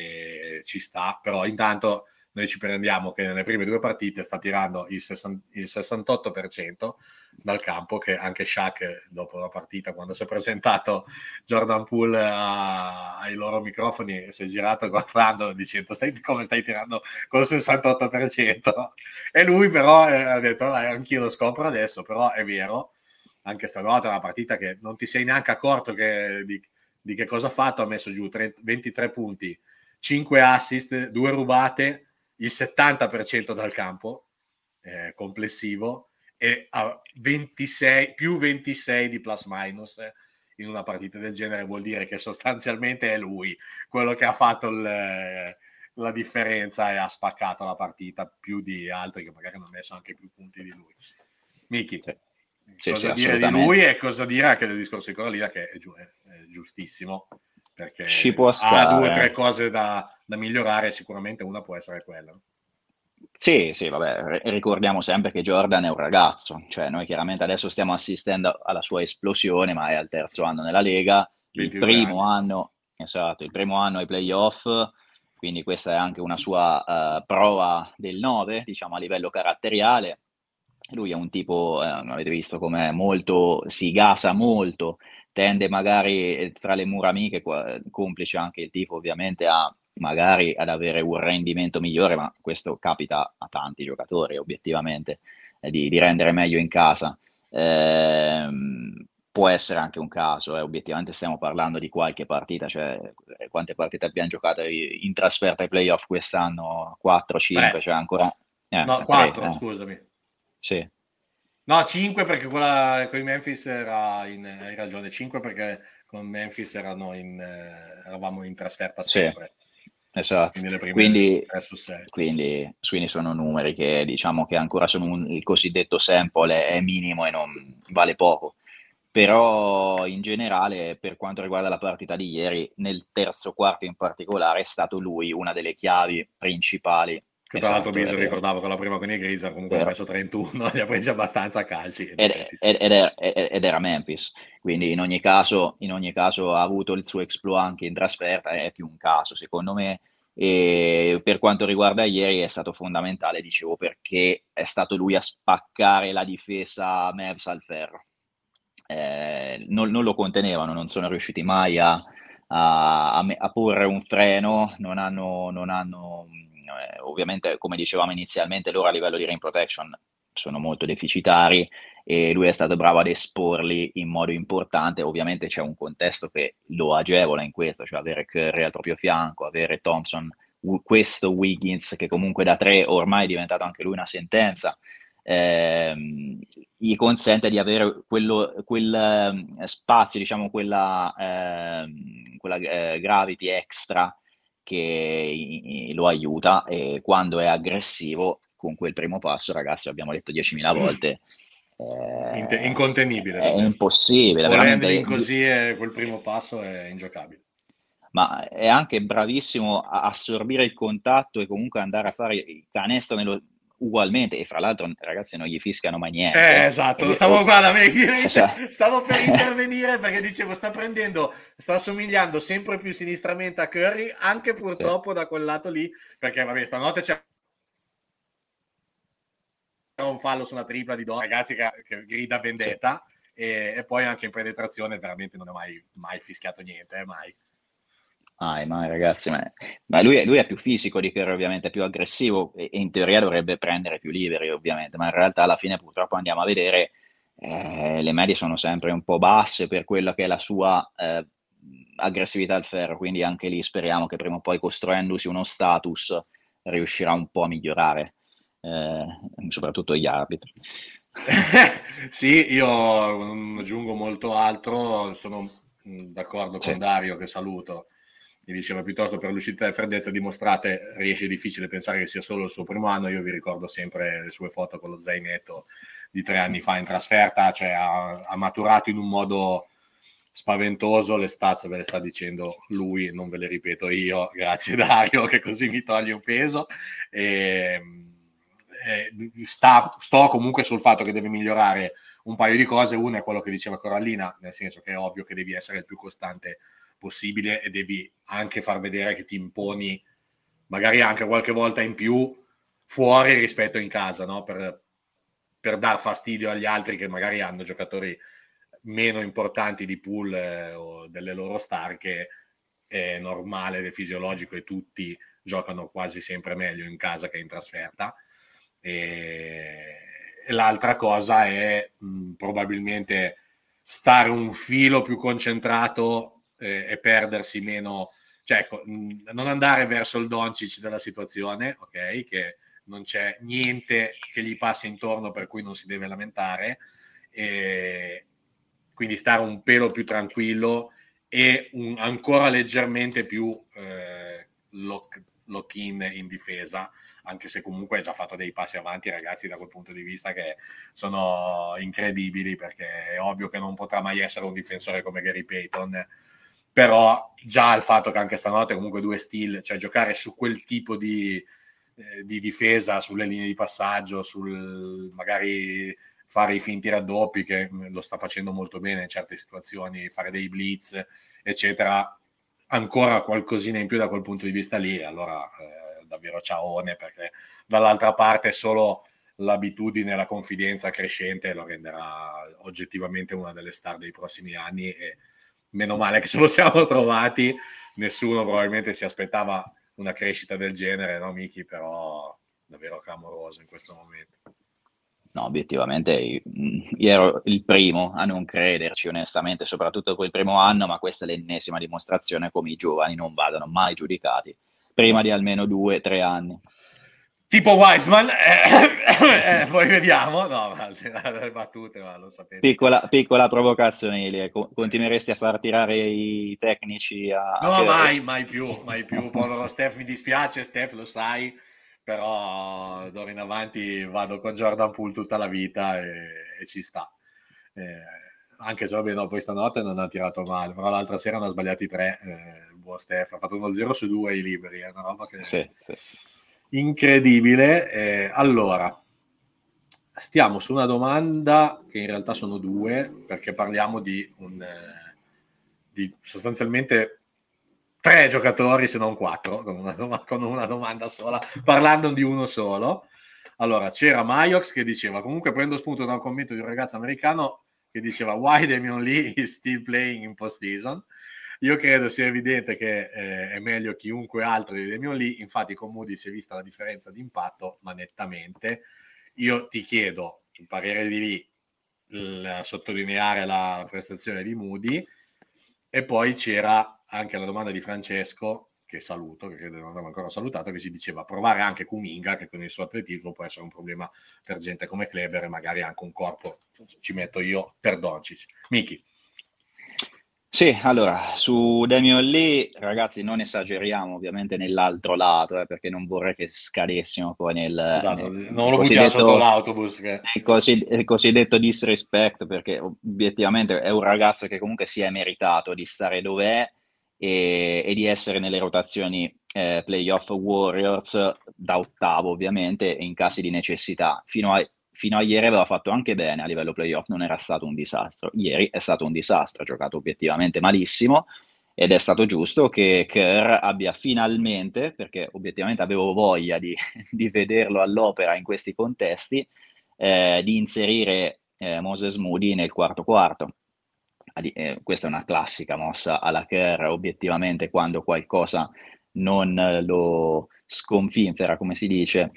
e ci sta, però intanto noi ci prendiamo che nelle prime due partite sta tirando il, sessanta, il sessantotto per cento dal campo, che anche Shaq dopo la partita, quando si è presentato Jordan Poole a, ai loro microfoni, si è girato guardando dicendo: stai, come stai tirando col sessantotto per cento? E lui però eh, ha detto: anch'io lo scopro adesso, però è vero. Anche stanotte è una partita che non ti sei neanche accorto che, di, di che cosa ha fatto. Ha messo giù trenta, ventitré punti, cinque assist, due rubate, il settanta per cento dal campo eh, complessivo, e a ventisei, più ventisei di plus minus eh, in una partita del genere. Vuol dire che sostanzialmente è lui quello che ha fatto il, la differenza e ha spaccato la partita più di altri che magari hanno messo anche più punti di lui. Miki, Sì. Sì, sì, cosa dire di lui, assolutamente. e cosa dire anche del discorso di Corallina, che è, giu- è giustissimo, Ci perché può ha due o tre stare. cose da, da migliorare. Sicuramente una può essere quella. Sì, sì, vabbè, ri- ricordiamo sempre che Jordan è un ragazzo, cioè noi chiaramente adesso stiamo assistendo alla sua esplosione, ma è al terzo anno nella Lega, il ventidue primo anni. anno, esatto, il primo anno ai playoff, quindi questa è anche una sua eh, prova del nove, diciamo a livello caratteriale. Lui è un tipo, eh, avete visto come molto, si gasa molto, tende magari eh, tra le mura amiche, qua- complice anche il tifo ovviamente, a magari ad avere un rendimento migliore, ma questo capita a tanti giocatori obiettivamente, eh, di, di rendere meglio in casa. Ehm, può essere anche un caso, eh, obiettivamente stiamo parlando di qualche partita, cioè eh, quante partite abbiamo giocato in trasferta ai playoff quest'anno? quattro, cinque, tre, cioè ancora... Eh, no, tre, quattro, eh, scusami. sì. No, cinque, perché quella con i Memphis era in, hai ragione, cinque perché con Memphis erano in, eh, eravamo in trasferta Sì, sempre, esatto. quindi le prime Quindi, tre su sei. quindi, quindi sono numeri che diciamo che ancora sono un- il cosiddetto sample è, è minimo e non vale poco. Però in generale, per quanto riguarda la partita di ieri, nel terzo quarto in particolare, è stato lui una delle chiavi principali. Che tra l'altro Esatto, mi è vero, ricordavo che la prima con i Grizzlies comunque ne ha vero. messo trentuno, li ha presi abbastanza a calci, in Ed, effetti sì. ed- ed era, ed- ed era Memphis, quindi in ogni caso, in ogni caso ha avuto il suo exploit anche in trasferta, è più un caso secondo me. E per quanto riguarda ieri è stato fondamentale, dicevo, perché è stato lui a spaccare la difesa Mavs al ferro. Eh, non, non lo contenevano, non sono riusciti mai a, a- a me- a porre un freno, non hanno, non hanno mh, eh, ovviamente, come dicevamo inizialmente, loro a livello di rim protection sono molto deficitari e lui è stato bravo ad esporli in modo importante. Ovviamente c'è un contesto che lo agevola in questo, cioè avere Curry al proprio fianco, avere Thompson, Wi- questo Wiggins che comunque da tre ormai è diventato anche lui una sentenza, ehm, gli consente di avere quello, quel ehm, spazio, diciamo, quella, ehm, quella eh, gravity extra che lo aiuta, e quando è aggressivo con quel primo passo, ragazzi, abbiamo detto diecimila volte, Inte- eh, incontenibile è davvero. impossibile, Ball handling veramente. così e quel primo passo è ingiocabile. Ma è anche bravissimo a assorbire il contatto e comunque andare a fare il canestro nello ugualmente, e fra l'altro ragazzi non gli fischiano mai Eh, niente. esatto, E stavo o guarda, cioè stavo per intervenire perché dicevo sta prendendo, sta assomigliando sempre più sinistramente a Curry, anche sì, purtroppo da quel lato lì, perché vabbè, stanotte c'è un fallo su una tripla di Don, ragazzi, che, che grida sì. vendetta, e, e poi anche in penetrazione veramente non è mai, mai fischiato niente, eh, mai. Mai, mai ragazzi, ma ma lui è lui è più fisico di Curry, ovviamente, è più aggressivo, e e in teoria dovrebbe prendere più liberi ovviamente, ma in realtà alla fine purtroppo andiamo a vedere, ehm, le medie sono sempre un po' basse per quella che è la sua, ehm, aggressività al ferro, quindi anche lì speriamo che prima o poi, costruendosi uno status, riuscirà un po' a migliorare, ehm, soprattutto gli arbitri. Sì, io non aggiungo molto altro, sono mh, d'accordo Sì, con Dario, che saluto, che diceva piuttosto per lucidità e freddezza dimostrate riesce difficile pensare che sia solo il suo primo anno. Io vi ricordo sempre le sue foto con lo zainetto di tre anni fa in trasferta, cioè ha, ha maturato in un modo spaventoso. Le stats ve le sta dicendo lui, non ve le ripeto io, grazie Dario, che così mi toglie un peso. E, eh, sta, sto comunque sul fatto che deve migliorare un paio di cose. Una è quello che diceva Corallina, nel senso che è ovvio che devi essere il più costante possibile e devi anche far vedere che ti imponi magari anche qualche volta in più fuori rispetto in casa, no? per, per dar fastidio agli altri che magari hanno giocatori meno importanti di pool, eh, o delle loro star, che è normale ed è fisiologico, e tutti giocano quasi sempre meglio in casa che in trasferta. E, e l'altra cosa è mh, probabilmente stare un filo più concentrato, eh, e perdersi meno, cioè ecco, mh, non andare verso il Doncic della situazione, ok, che non c'è niente che gli passi intorno per cui non si deve lamentare, e quindi stare un pelo più tranquillo e un, ancora leggermente più eh, lock, lock in in difesa, anche se comunque ha già fatto dei passi avanti, ragazzi, da quel punto di vista, che sono incredibili, perché è ovvio che non potrà mai essere un difensore come Gary Payton, però già il fatto che anche stanotte comunque due steal, cioè giocare su quel tipo di, eh, di difesa, sulle linee di passaggio, sul magari fare i finti raddoppi, che lo sta facendo molto bene in certe situazioni, fare dei blitz, eccetera, ancora qualcosina in più da quel punto di vista lì, allora eh, davvero ciaone, perché dall'altra parte solo l'abitudine e la confidenza crescente lo renderà oggettivamente una delle star dei prossimi anni, e meno male che ce lo siamo trovati. Nessuno probabilmente si aspettava una crescita del genere, no Miki? Però davvero clamoroso in questo momento. no, obiettivamente i mhmm, io ero il primo a non crederci onestamente, soprattutto quel primo anno, ma questa è l'ennesima dimostrazione come i giovani non vadano mai giudicati prima No. di almeno due, tre anni. Tipo Wiseman, eh, eh, poi vediamo. No, ma le battute, ma lo sapete che... Piccola piccola provocazione, Ilie, co Eh, continueresti a far tirare i tecnici a a no, Curry? mai, mai più, mai più. Povero Steph, mi dispiace, Steph, lo sai, però d'ora in avanti vado con Jordan Poole tutta la vita, e, e ci sta. Eh, anche se, vabbè, no, poi stanotte non ha tirato male, però l'altra sera ne ha sbagliati tre, eh, il buon Steph, ha fatto uno zero su due ai liberi, è una roba che... Sì, sì, sì. incredibile. Eh, allora, stiamo su una domanda che in realtà sono due, perché parliamo di un... Eh, di sostanzialmente tre giocatori, se non quattro, con una, dom- con una domanda sola, parlando di uno solo. Allora, c'era Mayox che diceva, comunque prendo spunto da un commento di un ragazzo americano che diceva why Damian Lee is still playing in postseason. Io credo sia evidente che eh, è meglio chiunque altro di Damian Lee, infatti con Moody si è vista la differenza di impatto, ma nettamente. Io ti chiedo il parere di Lee, il, sottolineare la prestazione di Moody, e poi c'era anche la domanda di Francesco, che saluto, che credo non abbiamo ancora salutato, che ci diceva provare anche Kuminga, che con il suo atletismo può essere un problema per gente come Kleber, e magari anche un corpo, ci metto io, per Doncic. Miki. Sì, allora, su Damian Lee, ragazzi, non esageriamo ovviamente nell'altro lato, eh, perché non vorrei che scadessimo poi nel, Esatto, nel- non nel lo buttiamo sotto cosiddetto, l'autobus. Che... nel cosi- nel cosiddetto disrespect, perché obiettivamente è un ragazzo che comunque si è meritato di stare dove è e, e di essere nelle rotazioni eh, playoff Warriors da ottavo, ovviamente, e in casi di necessità. Fino a fino a ieri aveva fatto anche bene a livello playoff, non era stato un disastro. Ieri è stato un disastro, ha giocato obiettivamente malissimo ed è stato giusto che Kerr abbia finalmente, perché obiettivamente avevo voglia di, di vederlo all'opera in questi contesti, eh, di inserire eh, Moses Moody nel quarto quarto. Adi- eh, questa è una classica mossa alla Kerr, obiettivamente quando qualcosa non eh, lo sconfinfera, come si dice,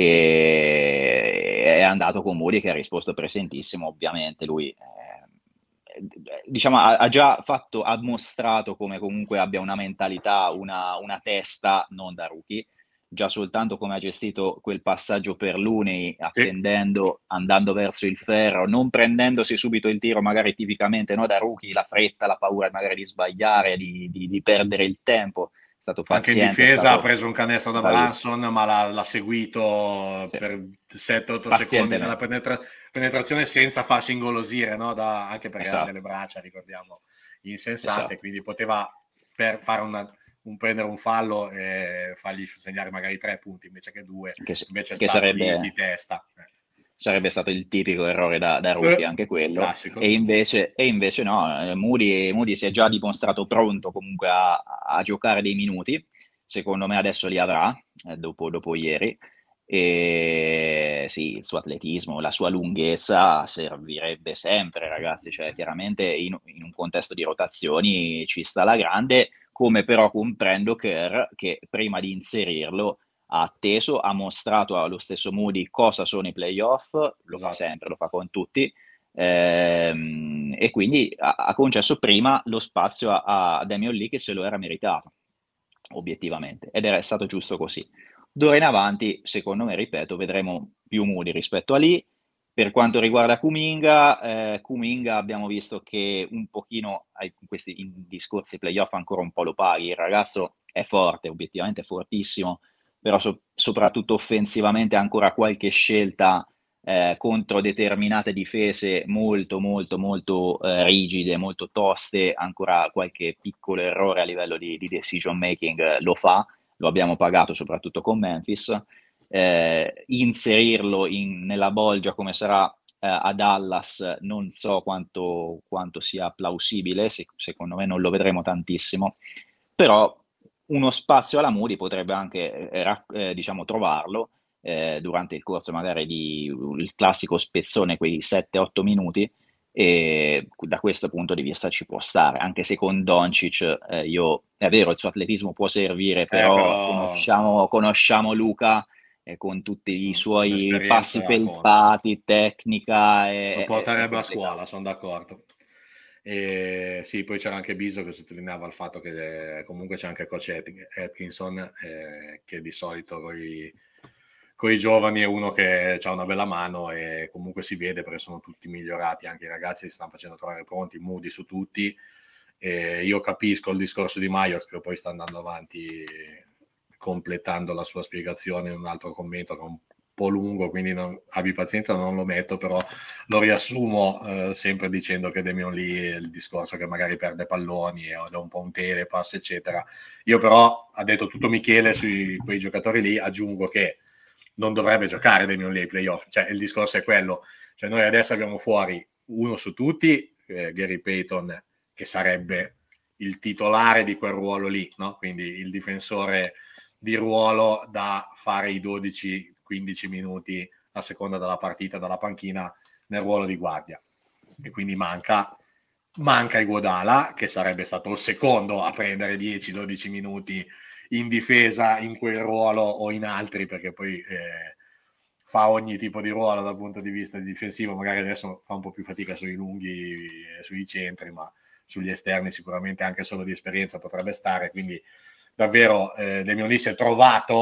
e è andato con Moody che ha risposto presentissimo, ovviamente lui eh, diciamo ha, ha già fatto, ha mostrato come comunque abbia una mentalità, una, una testa non da rookie, già soltanto come ha gestito quel passaggio per Looney, Sì, attendendo, andando verso il ferro, non prendendosi subito il tiro, magari tipicamente no, da rookie, la fretta, la paura magari di sbagliare, di, di, di perdere il tempo. È stato anche in paziente, è difesa ha stato preso un canestro da bravissimo. Branson, ma l'ha, l'ha seguito Sì. per sette otto secondi nella Pazientemente, penetra- penetrazione senza farsi ingolosire, no? Da- anche perché ha delle esatto, braccia, ricordiamo, insensate, esatto. quindi poteva per fare una- un prendere un fallo e fargli segnare magari tre punti invece che due, Che, invece è che stato di, di sarebbe, testa. sarebbe stato il tipico errore da, da Eh, rookie, anche quello. E classico. invece, e invece no, eh, Moody, Moody si è già dimostrato pronto comunque a, a giocare dei minuti. Secondo me adesso li avrà, eh, dopo, dopo ieri. E sì, il suo atletismo, la sua lunghezza servirebbe sempre, ragazzi. Cioè, chiaramente in, in un contesto di rotazioni ci sta la grande, come però comprendo Kerr che prima di inserirlo ha atteso, ha mostrato allo stesso Moody cosa sono i playoff, lo fa Esatto. sempre, lo fa con tutti, ehm, e quindi ha, ha concesso prima lo spazio a, a Damian Lee che se lo era meritato, obiettivamente, ed era stato giusto così. D'ora in avanti, secondo me, ripeto, vedremo più Moody rispetto a Lee. Per quanto riguarda Kuminga, eh, Kuminga abbiamo visto che un pochino ai- in questi in discorsi playoff ancora un po' lo paghi, il ragazzo è forte, obiettivamente è fortissimo, però so- soprattutto offensivamente ha ancora qualche scelta eh, contro determinate difese molto molto molto eh, rigide, molto toste, ancora qualche piccolo errore a livello di, di decision making eh, lo fa, lo abbiamo pagato soprattutto con Memphis. Eh, inserirlo in- nella bolgia come sarà eh, a Dallas non so quanto, quanto sia plausibile, se- secondo me non lo vedremo tantissimo, però uno spazio alla Moody potrebbe anche eh, ra- eh, diciamo, trovarlo eh, durante il corso magari di il classico spezzone, quei sette otto minuti, e da questo punto di vista ci può stare, anche se con Doncic eh, io, è vero, il suo atletismo può servire, Eh, però però conosciamo, conosciamo Luca e con tutti i mm, suoi passi l'esperienza conta. felpati, tecnica, Lo è, è- è porterebbe a complicato. scuola, sono d'accordo. E sì, poi c'era anche Biso che sottolineava il fatto che eh, comunque c'è anche coach At- Atkinson eh, che di solito con i giovani è uno che ha una bella mano e comunque si vede perché sono tutti migliorati, anche i ragazzi si stanno facendo trovare pronti, Moody su tutti. E io capisco il discorso di Myers che poi sta andando avanti completando la sua spiegazione in un altro commento che è un po' lungo, quindi non, abbi pazienza, non lo metto, però lo riassumo eh, sempre dicendo che Damian Lee è il discorso che magari perde palloni e è un po' un telepass, eccetera. Io però, ha detto tutto Michele su quei giocatori lì, aggiungo che non dovrebbe giocare Damian Lee ai playoff, cioè il discorso è quello, cioè noi adesso abbiamo fuori uno su tutti, eh, Gary Payton, che sarebbe il titolare di quel ruolo lì, no? Quindi il difensore di ruolo da fare i dodici quindici minuti a seconda della partita dalla panchina nel ruolo di guardia. E quindi manca, manca Iguodala, che sarebbe stato il secondo a prendere dieci dodici minuti in difesa in quel ruolo o in altri, perché poi eh, fa ogni tipo di ruolo dal punto di vista difensivo, magari adesso fa un po' più fatica sui lunghi e sui centri, ma sugli esterni sicuramente anche solo di esperienza potrebbe stare, quindi davvero eh, Damian Lee si è trovato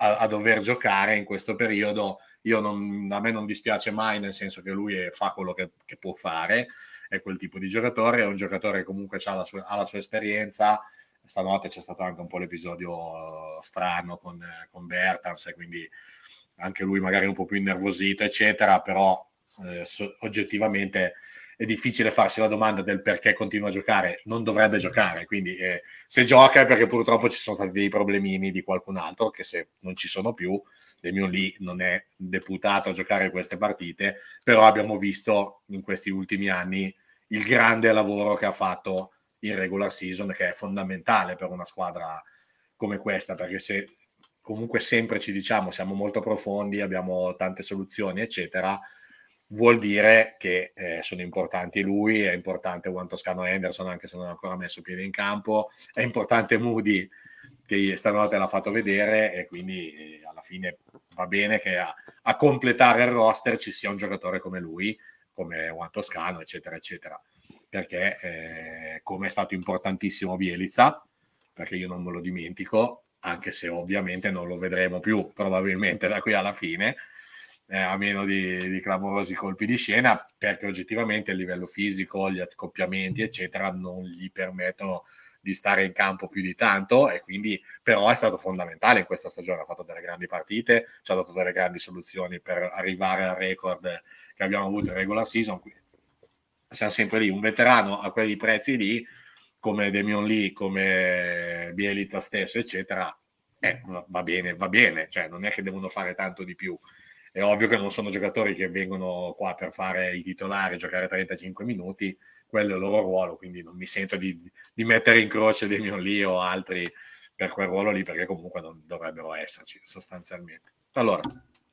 a, a dover giocare in questo periodo. Io non, a me non dispiace mai, nel senso che lui è, fa quello che, che può fare, è quel tipo di giocatore, è un giocatore che comunque ha la sua, ha la sua esperienza. Stanotte c'è stato anche un po' l'episodio strano con, con Bertans, e quindi anche lui magari un po' più innervosito, eccetera, però eh, so, oggettivamente è difficile farsi la domanda del perché continua a giocare. Non dovrebbe giocare, quindi eh, se gioca è perché purtroppo ci sono stati dei problemini di qualcun altro, che se non ci sono più, Damion Lee non è deputato a giocare queste partite, però abbiamo visto in questi ultimi anni il grande lavoro che ha fatto in regular season, che è fondamentale per una squadra come questa, perché se comunque sempre ci diciamo siamo molto profondi, abbiamo tante soluzioni, eccetera, vuol dire che eh, sono importanti lui, è importante Juan Toscano Henderson, anche se non ha ancora messo piede in campo, è importante Moody, che stanotte l'ha fatto vedere, e quindi eh, alla fine va bene che a, a completare il roster ci sia un giocatore come lui, come Juan Toscano, eccetera, eccetera, perché eh, come è stato importantissimo Bielitsa, perché io non me lo dimentico, anche se ovviamente non lo vedremo più probabilmente da qui alla fine, eh, a meno di, di clamorosi colpi di scena, perché oggettivamente il livello fisico, gli accoppiamenti eccetera non gli permettono di stare in campo più di tanto, e quindi però è stato fondamentale in questa stagione, ha fatto delle grandi partite, ci ha dato delle grandi soluzioni per arrivare al record che abbiamo avuto in regular season. Quindi siamo sempre lì, un veterano a quei prezzi lì, come Damion Lee, come Bielitsa stesso, eccetera, eh, va bene, va bene, cioè non è che devono fare tanto di più. È ovvio che non sono giocatori che vengono qua per fare i titolari, giocare trentacinque minuti, quello è il loro ruolo, quindi non mi sento di, di mettere in croce Damion Lee o altri per quel ruolo lì, perché comunque non dovrebbero esserci sostanzialmente. Allora,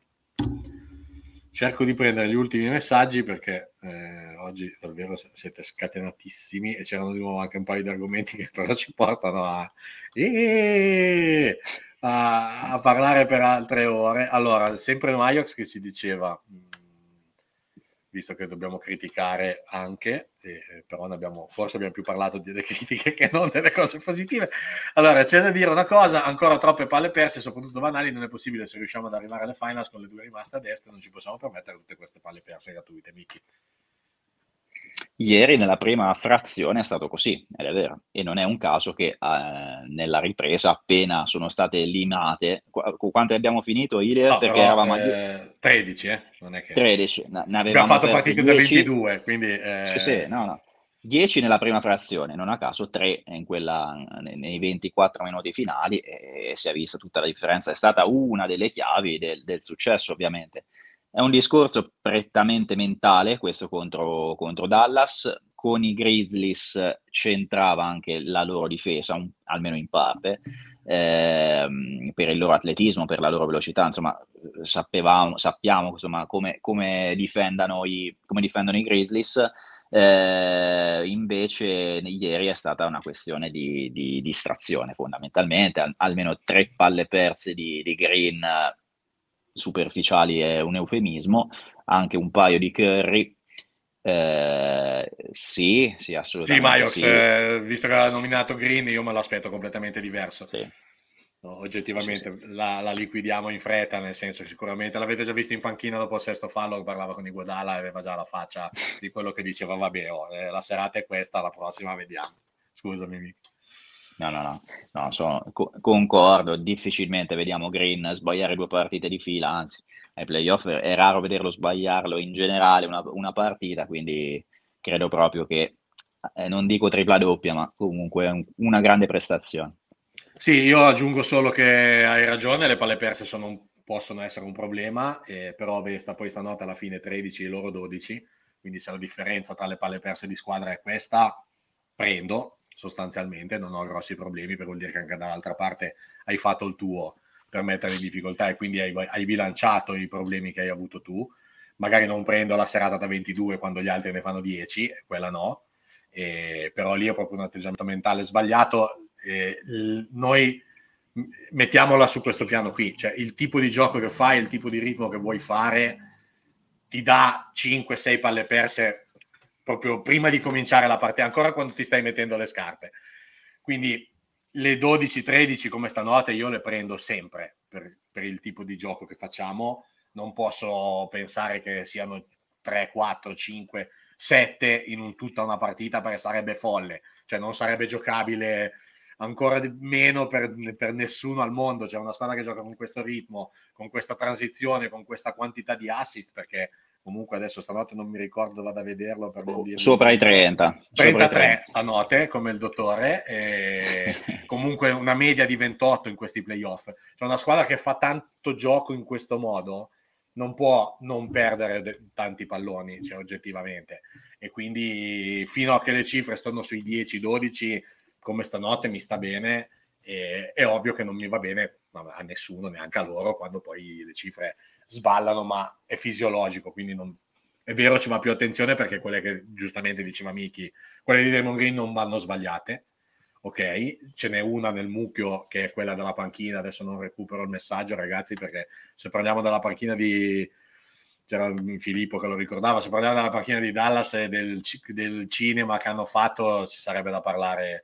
cerco di prendere gli ultimi messaggi, perché eh, oggi davvero siete scatenatissimi, e c'erano di nuovo anche un paio di argomenti che però ci portano a, e... a, a parlare per altre ore. Allora, sempre Maiox che ci diceva, visto che dobbiamo criticare anche, eh, però ne abbiamo, forse abbiamo più parlato delle critiche che non delle cose positive. Allora, c'è da dire una cosa: ancora troppe palle perse, soprattutto banali, non è possibile. Se riusciamo ad arrivare alle finals con le due rimaste a destra, non ci possiamo permettere tutte queste palle perse gratuite, Miki. Ieri nella prima frazione è stato così, ed è vero, e non è un caso che eh, nella ripresa, appena sono state limate, qu- quante abbiamo finito, Ile? No, Perché però eravamo a die- eh, tredici, eh? Non è che... tredici, ne ne Abbiamo avevamo fatto perse partite da dieci. ventidue, quindi... Sì, sì, Eh... no, no. dieci nella prima frazione, non a caso tre in quella, nei ventiquattro minuti finali, e si è vista tutta la differenza. È stata una delle chiavi del, del successo, ovviamente. È un discorso prettamente mentale, questo contro, contro Dallas. Con i Grizzlies c'entrava anche la loro difesa, un- almeno in parte, ehm, per il loro atletismo, per la loro velocità. Insomma, sapevamo, sappiamo insomma, come, come difendano i, come difendono i Grizzlies. Eh, invece ieri è stata una questione di, di distrazione fondamentalmente, Al- almeno tre palle perse di, di Green, eh, superficiali è un eufemismo, anche un paio di Curry. Eh, sì, sì, Sì, assolutamente Maiox, sì. eh, visto che ha Sì, nominato Green, io me lo aspetto completamente diverso. sì, No, sì, sì. oggettivamente la, la liquidiamo in fretta, nel senso che sicuramente l'avete già visto in panchina dopo il sesto fallo, parlava con Iguodala e aveva già la faccia di quello che diceva, vabbè, oh, eh, la serata è questa, la prossima vediamo. Scusami, Mick. No, no, no, no, sono- co- concordo, difficilmente vediamo Green sbagliare due partite di fila, anzi, ai playoff è è raro vederlo sbagliarlo in generale una, una partita, quindi credo proprio che, eh, non dico tripla doppia, ma comunque un- una grande prestazione. Sì, io aggiungo solo che hai ragione, le palle perse sono un- possono essere un problema, eh, però beh, sta, poi stanotte alla fine tredici e loro dodici, quindi se la differenza tra le palle perse di squadra è questa, prendo sostanzialmente, non ho grossi problemi, perché vuol dire che anche dall'altra parte hai fatto il tuo per mettere in difficoltà, e quindi hai, hai bilanciato i problemi che hai avuto tu. Magari non prendo la serata da ventidue quando gli altri ne fanno dieci, quella no, eh, però lì è proprio un atteggiamento mentale sbagliato. Eh, l- noi mettiamola su questo piano qui, cioè il tipo di gioco che fai, il tipo di ritmo che vuoi fare ti dà cinque sei palle perse proprio prima di cominciare la partita, ancora quando ti stai mettendo le scarpe. Quindi le dodici tredici come stanotte io le prendo sempre per, per il tipo di gioco che facciamo. Non posso pensare che siano tre, quattro, cinque, sette in un, tutta una partita, perché sarebbe folle, cioè non sarebbe giocabile ancora di meno per, per nessuno al mondo. C'è una squadra che gioca con questo ritmo, con questa transizione, con questa quantità di assist, perché comunque adesso stanotte non mi ricordo, vado a vederlo per non dirvi Sopra i trenta. trentatré stanotte come il dottore, e comunque una media di ventotto in questi playoff. C'è una squadra che fa tanto gioco in questo modo, non può non perdere de- tanti palloni, cioè, oggettivamente, e quindi fino a che le cifre stanno sui dieci dodici come stanotte mi sta bene. E, è ovvio che non mi va bene a nessuno, neanche a loro, quando poi le cifre sballano, ma è fisiologico, quindi non, è vero, ci va più attenzione, perché quelle che giustamente diceva Miki, quelle di Draymond Green non vanno sbagliate, ok? Ce n'è una nel mucchio che è quella della panchina, adesso non recupero il messaggio, ragazzi, perché se parliamo della panchina di... c'era Filippo che lo ricordava, se parliamo della panchina di Dallas e del, del cinema che hanno fatto, ci sarebbe da parlare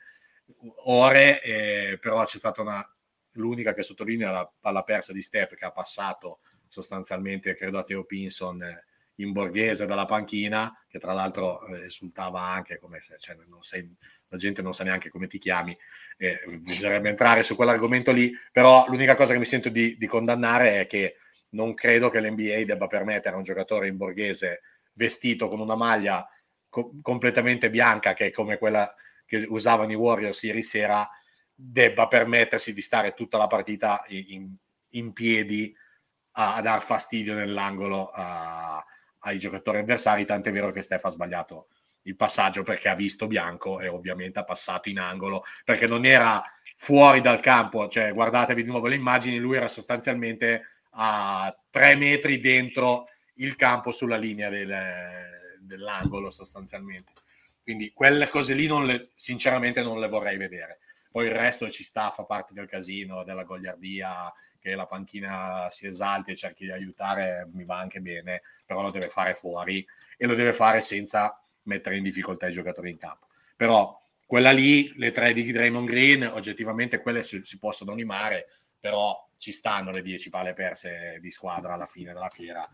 ore, eh, però c'è stata una... l'unica che sottolinea la palla persa di Steph, che ha passato sostanzialmente, credo, a Theo Pinson eh, in borghese dalla panchina, che tra l'altro eh, esultava anche come se, cioè, non sei, la gente non sa neanche come ti chiami, eh, bisognerebbe entrare su quell'argomento lì, però l'unica cosa che mi sento di, di condannare è che non credo che l'N B A debba permettere a un giocatore in borghese vestito con una maglia co- completamente bianca, che è come quella che usavano i Warriors ieri sera, debba permettersi di stare tutta la partita in, in, in piedi a, a dar fastidio nell'angolo a, ai giocatori avversari, tant'è vero che Steph ha sbagliato il passaggio perché ha visto bianco e ovviamente ha passato in angolo, perché non era fuori dal campo, cioè guardatevi di nuovo le immagini, lui era sostanzialmente a tre metri dentro il campo sulla linea del, dell'angolo sostanzialmente. Quindi quelle cose lì non le, sinceramente non le vorrei vedere. Poi il resto ci sta, fa parte del casino, della goliardia, che la panchina si esalti e cerchi di aiutare, mi va anche bene, però lo deve fare fuori e lo deve fare senza mettere in difficoltà i giocatori in campo. Però quella lì, le tre di Draymond Green, oggettivamente quelle si, si possono limare, però ci stanno le dieci palle perse di squadra alla fine della fiera,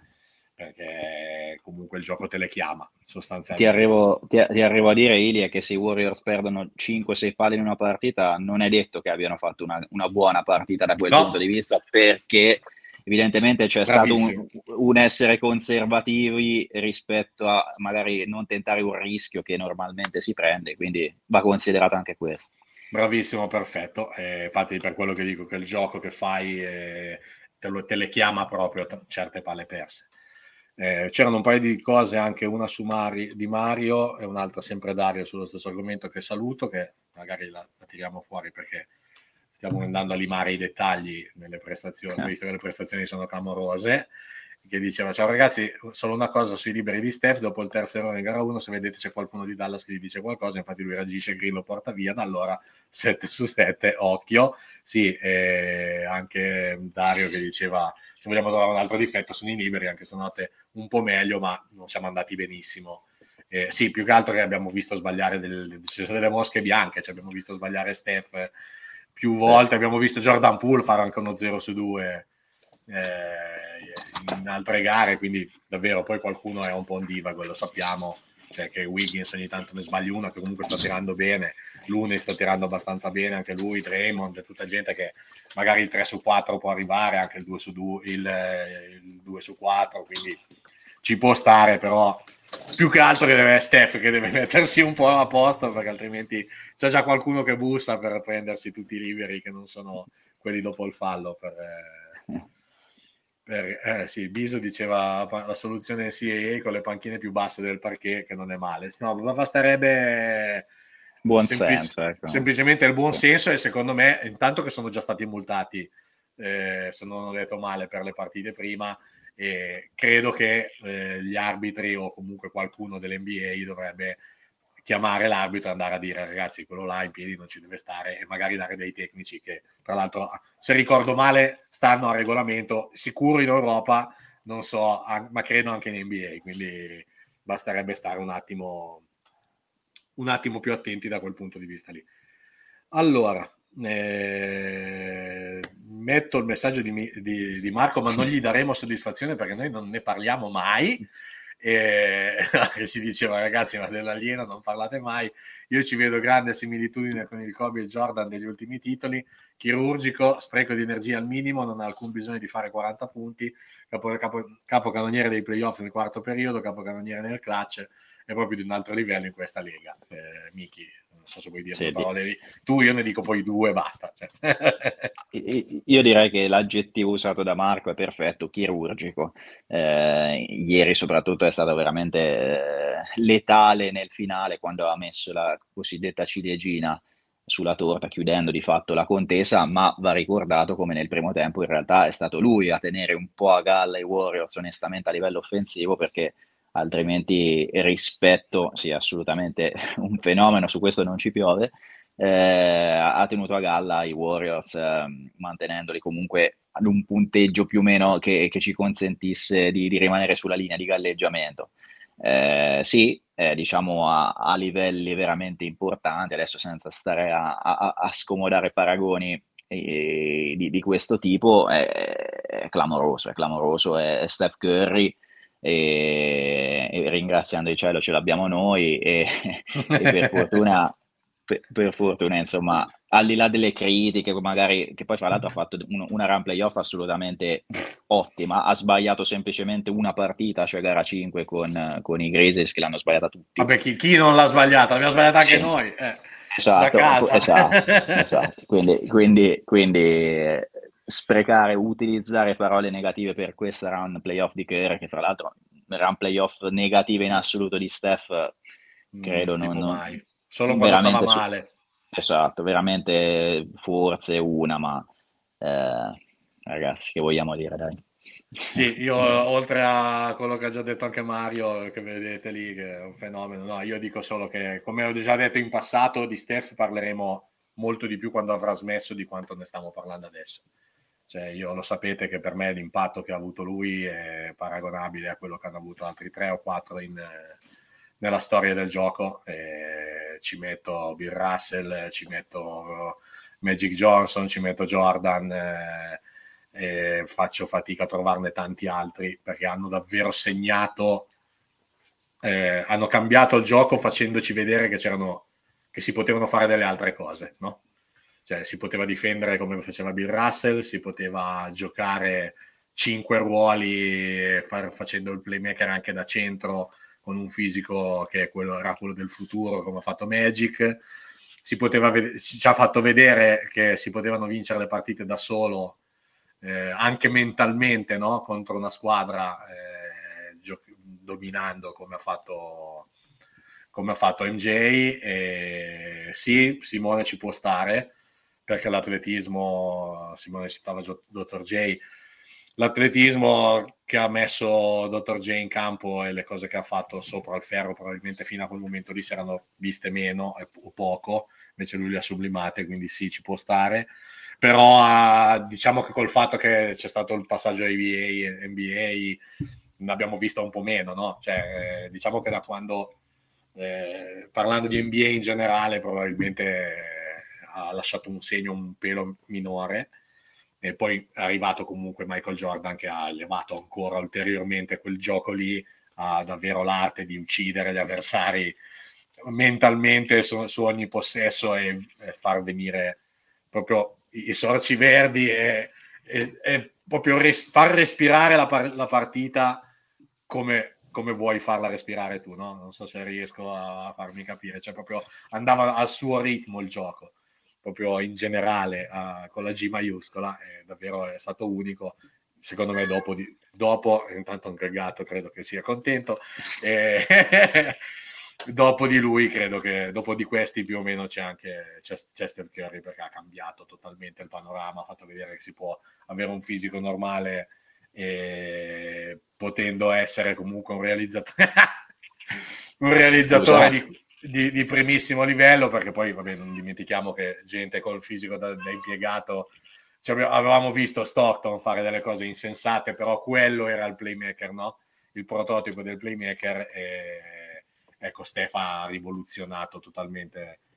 perché comunque il gioco te le chiama Ti sostanzialmente. arrivo, ti, ti arrivo a dire, Ilia, che se i Warriors perdono cinque sei palle in una partita, non è detto che abbiano fatto una, una buona partita da quel punto No, di vista, perché evidentemente c'è stato un, bravissimo. un essere conservativi rispetto a magari non tentare un rischio che normalmente si prende, quindi va considerato anche questo. Bravissimo, perfetto. Eh, infatti per quello che dico che il gioco che fai eh, te, lo, te le chiama proprio t- certe palle perse. Eh, c'erano un paio di cose, anche una su Mari, di Mario e un'altra sempre Dario sullo stesso argomento, che saluto, che magari la, la tiriamo fuori perché stiamo andando a limare i dettagli nelle prestazioni, visto che le prestazioni sono clamorose, che diceva: ciao ragazzi, solo una cosa sui liberi di Steph, dopo il terzo errore in gara uno, se vedete c'è qualcuno di Dallas che gli dice qualcosa, infatti lui reagisce, Green lo porta via, da allora sette su sette, occhio. Sì, eh, anche Dario che diceva, se vogliamo trovare un altro difetto sono i liberi, anche stanotte un po' meglio, ma non siamo andati benissimo. Eh, sì, più che altro che abbiamo visto sbagliare del, delle mosche bianche, cioè abbiamo visto sbagliare Steph più volte, sì. Abbiamo visto Jordan Poole fare anche uno zero su due eh, in altre gare, quindi davvero poi qualcuno è un po' un divago, lo sappiamo, cioè che Wiggins ogni tanto ne sbagli una, che comunque sta tirando bene, Lune sta tirando abbastanza bene anche lui, Draymond, tutta gente che magari il tre su quattro può arrivare, anche il due su due, il, il due su quattro, quindi ci può stare, però più che altro che deve Steph che deve mettersi un po' a posto, perché altrimenti c'è già qualcuno che bussa per prendersi tutti i liberi che non sono quelli dopo il fallo. Per, eh, per, eh, sì, Biso diceva la soluzione N C A A con le panchine più basse del parquet, che non è male. No, ma basterebbe Buon semplice, senso, ecco. semplicemente il buon Sì. senso, e secondo me, intanto che sono già stati multati, eh, se non ho detto male, per le partite prima, e credo che eh, gli arbitri o comunque qualcuno dell'N B A dovrebbe chiamare l'arbitro e andare a dire: ragazzi, quello là in piedi non ci deve stare, e magari dare dei tecnici che, tra l'altro, se ricordo male, stanno a regolamento sicuro in Europa, non so, ma credo anche in N B A, quindi basterebbe stare un attimo un attimo più attenti da quel punto di vista lì. Allora, eh, metto il messaggio di, di, di Marco, ma non gli daremo soddisfazione perché noi non ne parliamo mai. E si diceva, ragazzi, ma dell'alieno non parlate mai. Io ci vedo grande similitudine con il Kobe e Jordan degli ultimi titoli. Chirurgico, spreco di energia al minimo, non ha alcun bisogno di fare quaranta punti, capo, capo, capocannoniere dei playoff nel quarto periodo, capocannoniere nel clutch, è proprio di un altro livello in questa lega. eh, Miki, non so se vuoi dire due parole lì. Tu, io ne dico poi due, basta. Io direi che l'aggettivo usato da Marco è perfetto, chirurgico. Eh, ieri soprattutto è stato veramente eh, letale nel finale quando ha messo la cosiddetta ciliegina sulla torta, chiudendo di fatto la contesa, ma va ricordato come nel primo tempo in realtà è stato lui a tenere un po' a galla i Warriors onestamente a livello offensivo, perché altrimenti rispetto, sì, assolutamente un fenomeno, su questo non ci piove. Eh, ha tenuto a galla i Warriors, eh, mantenendoli comunque ad un punteggio più o meno che, che ci consentisse di, di rimanere sulla linea di galleggiamento. Eh, sì, eh, diciamo a, a livelli veramente importanti, adesso senza stare a, a- a scomodare paragoni eh, di, di questo tipo, è, è clamoroso, è clamoroso, è Steph Curry. E, e ringraziando il cielo ce l'abbiamo noi e, e per fortuna per, per fortuna, insomma, al di là delle critiche, magari, che poi fra l'altro ha fatto un- una run playoff assolutamente ottima, ha sbagliato semplicemente una partita, cioè gara cinque con, con i Grizzlies che l'hanno sbagliata tutti. Vabbè, chi, chi non l'ha sbagliata? L'abbiamo sbagliata anche Sì, noi, eh, da esatto, casa. esatto, esatto. Quindi, quindi, quindi eh, sprecare, utilizzare parole negative per questa run playoff di Kerr, che fra l'altro run playoff negative in assoluto di Steph, Mm, credo non, tipo non- mai. Solo quando stava veramente su- male. esatto, veramente forse una, ma eh, ragazzi, che vogliamo dire, dai. Sì, io oltre a quello che ha già detto anche Mario, che vedete lì, che è un fenomeno, no, io dico solo che, come ho già detto in passato, di Steph parleremo molto di più quando avrà smesso di quanto ne stiamo parlando adesso. Cioè, io lo sapete che per me l'impatto che ha avuto lui è paragonabile a quello che hanno avuto altri tre o quattro in, eh, nella storia del gioco. E ci metto Bill Russell, ci metto Magic Johnson, ci metto Jordan, eh, e faccio fatica a trovarne tanti altri perché hanno davvero segnato, eh, hanno cambiato il gioco facendoci vedere che c'erano, che si potevano fare delle altre cose, no? Cioè si poteva difendere come faceva Bill Russell, si poteva giocare cinque ruoli far, facendo il playmaker anche da centro con un fisico che è quello, era quello del futuro come ha fatto Magic. Si poteva, ci ha fatto vedere che si potevano vincere le partite da solo, eh, anche mentalmente, no? Contro una squadra, eh, gio- dominando come ha fatto come ha fatto M J. E sì, Simone ci può stare perché l'atletismo, Simone citava dottor J, l'atletismo che ha messo dottor J in campo e le cose che ha fatto sopra il ferro probabilmente fino a quel momento lì si erano viste meno o poco, invece lui le ha sublimate, quindi sì, ci può stare. Però uh, diciamo che col fatto che c'è stato il passaggio A B A, N B A, ne abbiamo visto un po' meno, no? Cioè, eh, diciamo che da quando, eh, parlando di N B A in generale, probabilmente eh, ha lasciato un segno un pelo minore, e poi è arrivato comunque Michael Jordan che ha elevato ancora ulteriormente quel gioco lì, ha davvero l'arte di uccidere gli avversari mentalmente su, su ogni possesso e, e far venire proprio i sorci verdi e, e, e proprio res- far respirare la, par- la partita come, come vuoi farla respirare tu, no? Non so se riesco a farmi capire, cioè proprio andava al suo ritmo il gioco, proprio in generale, uh, con la G maiuscola, è davvero è stato unico. Secondo me dopo, di, dopo intanto anche il gatto credo che sia contento, e dopo di lui credo che dopo di questi più o meno c'è anche c'è, c'è Steph Curry, perché ha cambiato totalmente il panorama, ha fatto vedere che si può avere un fisico normale e potendo essere comunque un realizzatore un realizzatore di, di, di primissimo livello, perché poi vabbè, non dimentichiamo che gente col fisico da, da impiegato, cioè, avevamo visto Stockton fare delle cose insensate, però quello era il playmaker, no? Il prototipo del playmaker. E ecco, Steph ha rivoluzionato totalmente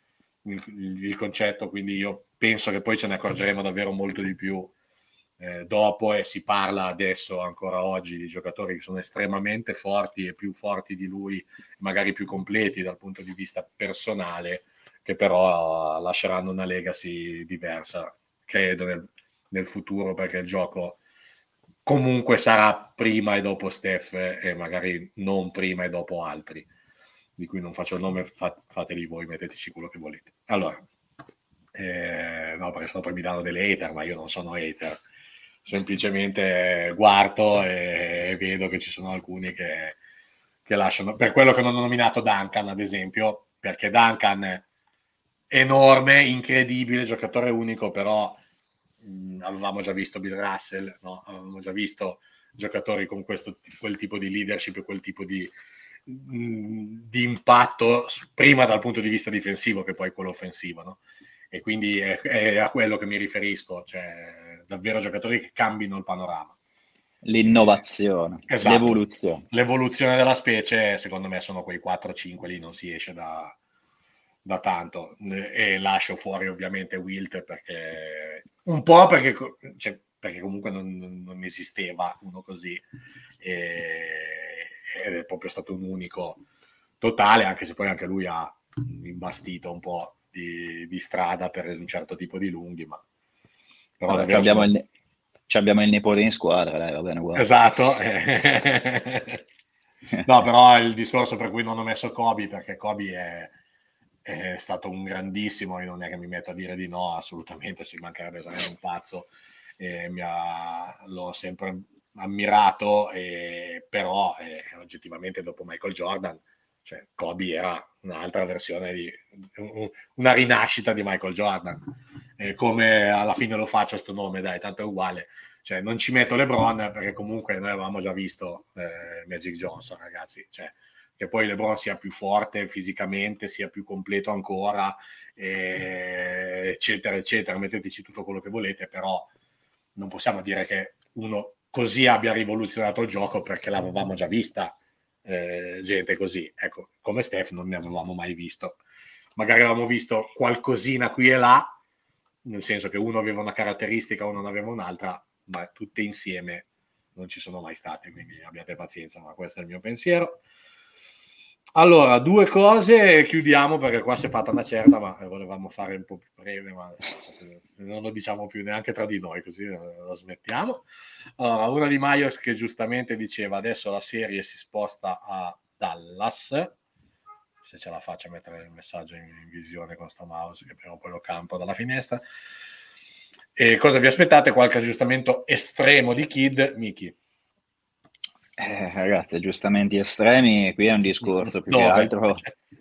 il, il concetto, quindi io penso che poi ce ne accorgeremo davvero molto di più eh, dopo, e si parla adesso ancora oggi di giocatori che sono estremamente forti e più forti di lui, magari più completi dal punto di vista personale, che però lasceranno una legacy diversa, credo, nel, nel futuro, perché il gioco comunque sarà prima e dopo Steph e magari non prima e dopo altri, di cui non faccio il nome, fat, fateli voi, metteteci quello che volete. Allora, eh, no, perché sennò poi mi danno delle hater, ma io non sono hater, semplicemente guardo e, e vedo che ci sono alcuni che, che lasciano, per quello che non ho nominato Duncan ad esempio, perché Duncan è enorme, incredibile, giocatore unico, però mh, avevamo già visto Bill Russell, no? Avevamo già visto giocatori con questo, quel tipo di leadership e quel tipo di, mh, di impatto, prima dal punto di vista difensivo che poi quello offensivo, no? E quindi è, è a quello che mi riferisco, cioè davvero giocatori che cambino il panorama. L'innovazione, eh, esatto. l'evoluzione. L'evoluzione della specie, secondo me, sono quei quattro cinque lì, non si esce da, da tanto. E lascio fuori ovviamente Wilt, perché un po' perché, cioè, perché comunque non, non esisteva uno così, e, ed è proprio stato un unico totale, anche se poi anche lui ha imbastito un po' di, di strada per un certo tipo di lunghi, ma però Vabbè, davvero abbiamo, sono... il, abbiamo il nipote in squadra, dai, va bene uguale. Esatto. No, però il discorso per cui non ho messo Kobe, perché Kobe è, è stato un grandissimo, io non è che mi metto a dire di no, assolutamente, si mancherebbe, sarei un pazzo, e mi ha, l'ho sempre ammirato, e, però eh, oggettivamente dopo Michael Jordan, cioè Kobe era un'altra versione di una rinascita di Michael Jordan, e come alla fine lo faccio sto nome, dai, tanto è uguale, cioè non ci metto LeBron perché comunque noi avevamo già visto eh, Magic Johnson, ragazzi, cioè che poi LeBron sia più forte fisicamente, sia più completo ancora, eh, eccetera eccetera, metteteci tutto quello che volete, però non possiamo dire che uno così abbia rivoluzionato il gioco, perché l'avevamo già vista eh, gente così, ecco, come Steph non ne avevamo mai visto, magari avevamo visto qualcosina qui e là, nel senso che uno aveva una caratteristica, uno non aveva un'altra, ma tutte insieme non ci sono mai state, quindi abbiate pazienza, ma questo è il mio pensiero. Allora, due cose e chiudiamo, perché qua si è fatta una certa, ma volevamo fare un po' più breve, ma non lo diciamo più neanche tra di noi, così lo smettiamo. Allora, una di Myers che giustamente diceva adesso la serie si sposta a Dallas, se ce la faccio a mettere il messaggio in, in visione con sto mouse, che prima o poi lo campo dalla finestra. E cosa vi aspettate? Qualche aggiustamento estremo di Kid, Miki? Eh, ragazzi, aggiustamenti estremi, qui è un discorso più che Dove? altro.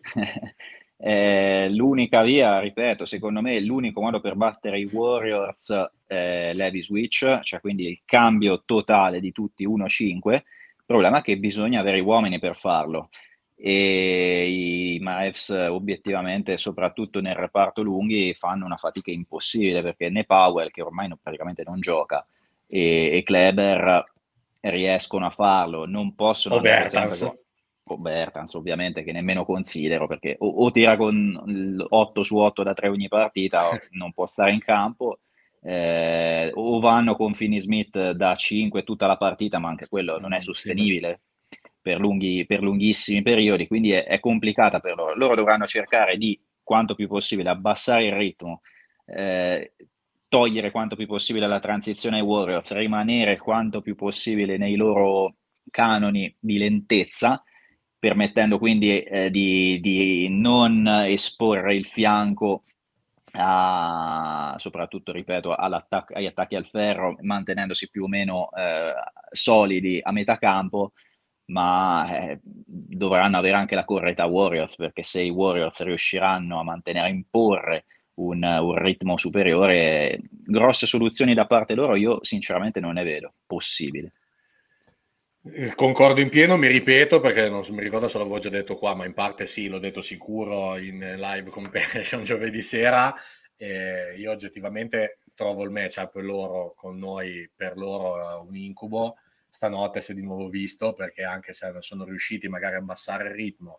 eh, l'unica via, ripeto, secondo me l'unico modo per battere i Warriors è l'heavy switch, cioè quindi il cambio totale di tutti uno cinque. Il problema è che bisogna avere gli uomini per farlo, e i Mavs obiettivamente, soprattutto nel reparto lunghi, fanno una fatica impossibile, perché né Powell, che ormai non, praticamente non gioca, e, e Kleber riescono a farlo, non possono O andare Bertans. sempre con Bertans, ovviamente, che nemmeno considero, perché o, o tira con otto su otto da tre ogni partita, o non può stare in campo, eh, o vanno con Finney Smith da cinque tutta la partita, ma anche quello non è sostenibile per, lunghi, per lunghissimi periodi, quindi è, è complicata per loro. Loro dovranno cercare di quanto più possibile abbassare il ritmo, eh, togliere quanto più possibile la transizione ai Warriors, rimanere quanto più possibile nei loro canoni di lentezza, permettendo quindi eh, di, di non esporre il fianco a, soprattutto, ripeto, agli attacchi al ferro, mantenendosi più o meno eh, solidi a metà campo, ma eh, dovranno avere anche la corretta Warriors, perché se i Warriors riusciranno a mantenere, a imporre un, un ritmo superiore, grosse soluzioni da parte loro io sinceramente non ne vedo possibile. Concordo in pieno, mi ripeto perché non mi ricordo se l'avevo già detto qua, ma in parte sì, l'ho detto sicuro in live comparison giovedì sera. Eh, io oggettivamente trovo il matchup loro con noi, per loro un incubo. Stanotte si è di nuovo visto, perché anche se sono riusciti magari a abbassare il ritmo,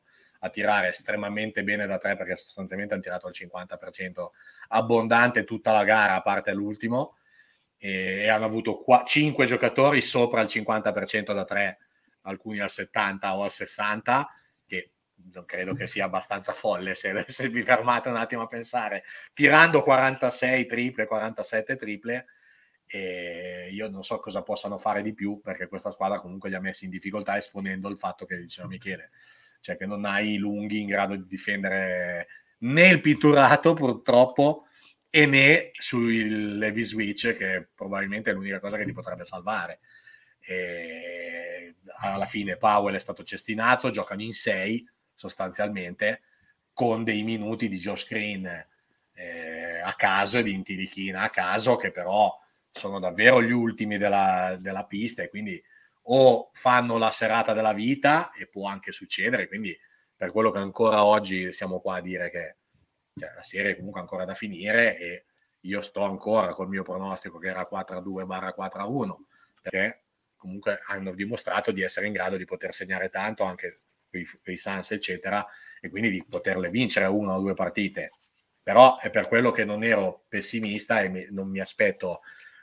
a tirare estremamente bene da tre, perché sostanzialmente hanno tirato al cinquanta per cento abbondante tutta la gara, a parte l'ultimo, e, e hanno avuto qua, cinque giocatori sopra il cinquanta per cento da tre, alcuni al settanta o al sessanta, che non credo che sia abbastanza folle se, se vi fermate un attimo a pensare, tirando quarantasei triple, quarantasette triple, e io non so cosa possano fare di più, perché questa squadra comunque li ha messi in difficoltà, esponendo il fatto che diceva Michele, cioè che non hai i lunghi in grado di difendere né il pitturato purtroppo e né sul heavy switch, che probabilmente è l'unica cosa che ti potrebbe salvare. E alla fine Powell è stato cestinato, giocano in sei sostanzialmente, con dei minuti di Josh Green eh, a caso e di Intilichina a caso, che però sono davvero gli ultimi della, della pista, e quindi o fanno la serata della vita, e può anche succedere, quindi per quello che ancora oggi siamo qua a dire che cioè, la serie è comunque ancora da finire, e io sto ancora col mio pronostico che era quattro a due quattro a uno, perché comunque hanno dimostrato di essere in grado di poter segnare tanto anche i Suns eccetera, e quindi di poterle vincere una o due partite. Però è per quello che non ero pessimista e mi, non mi aspetto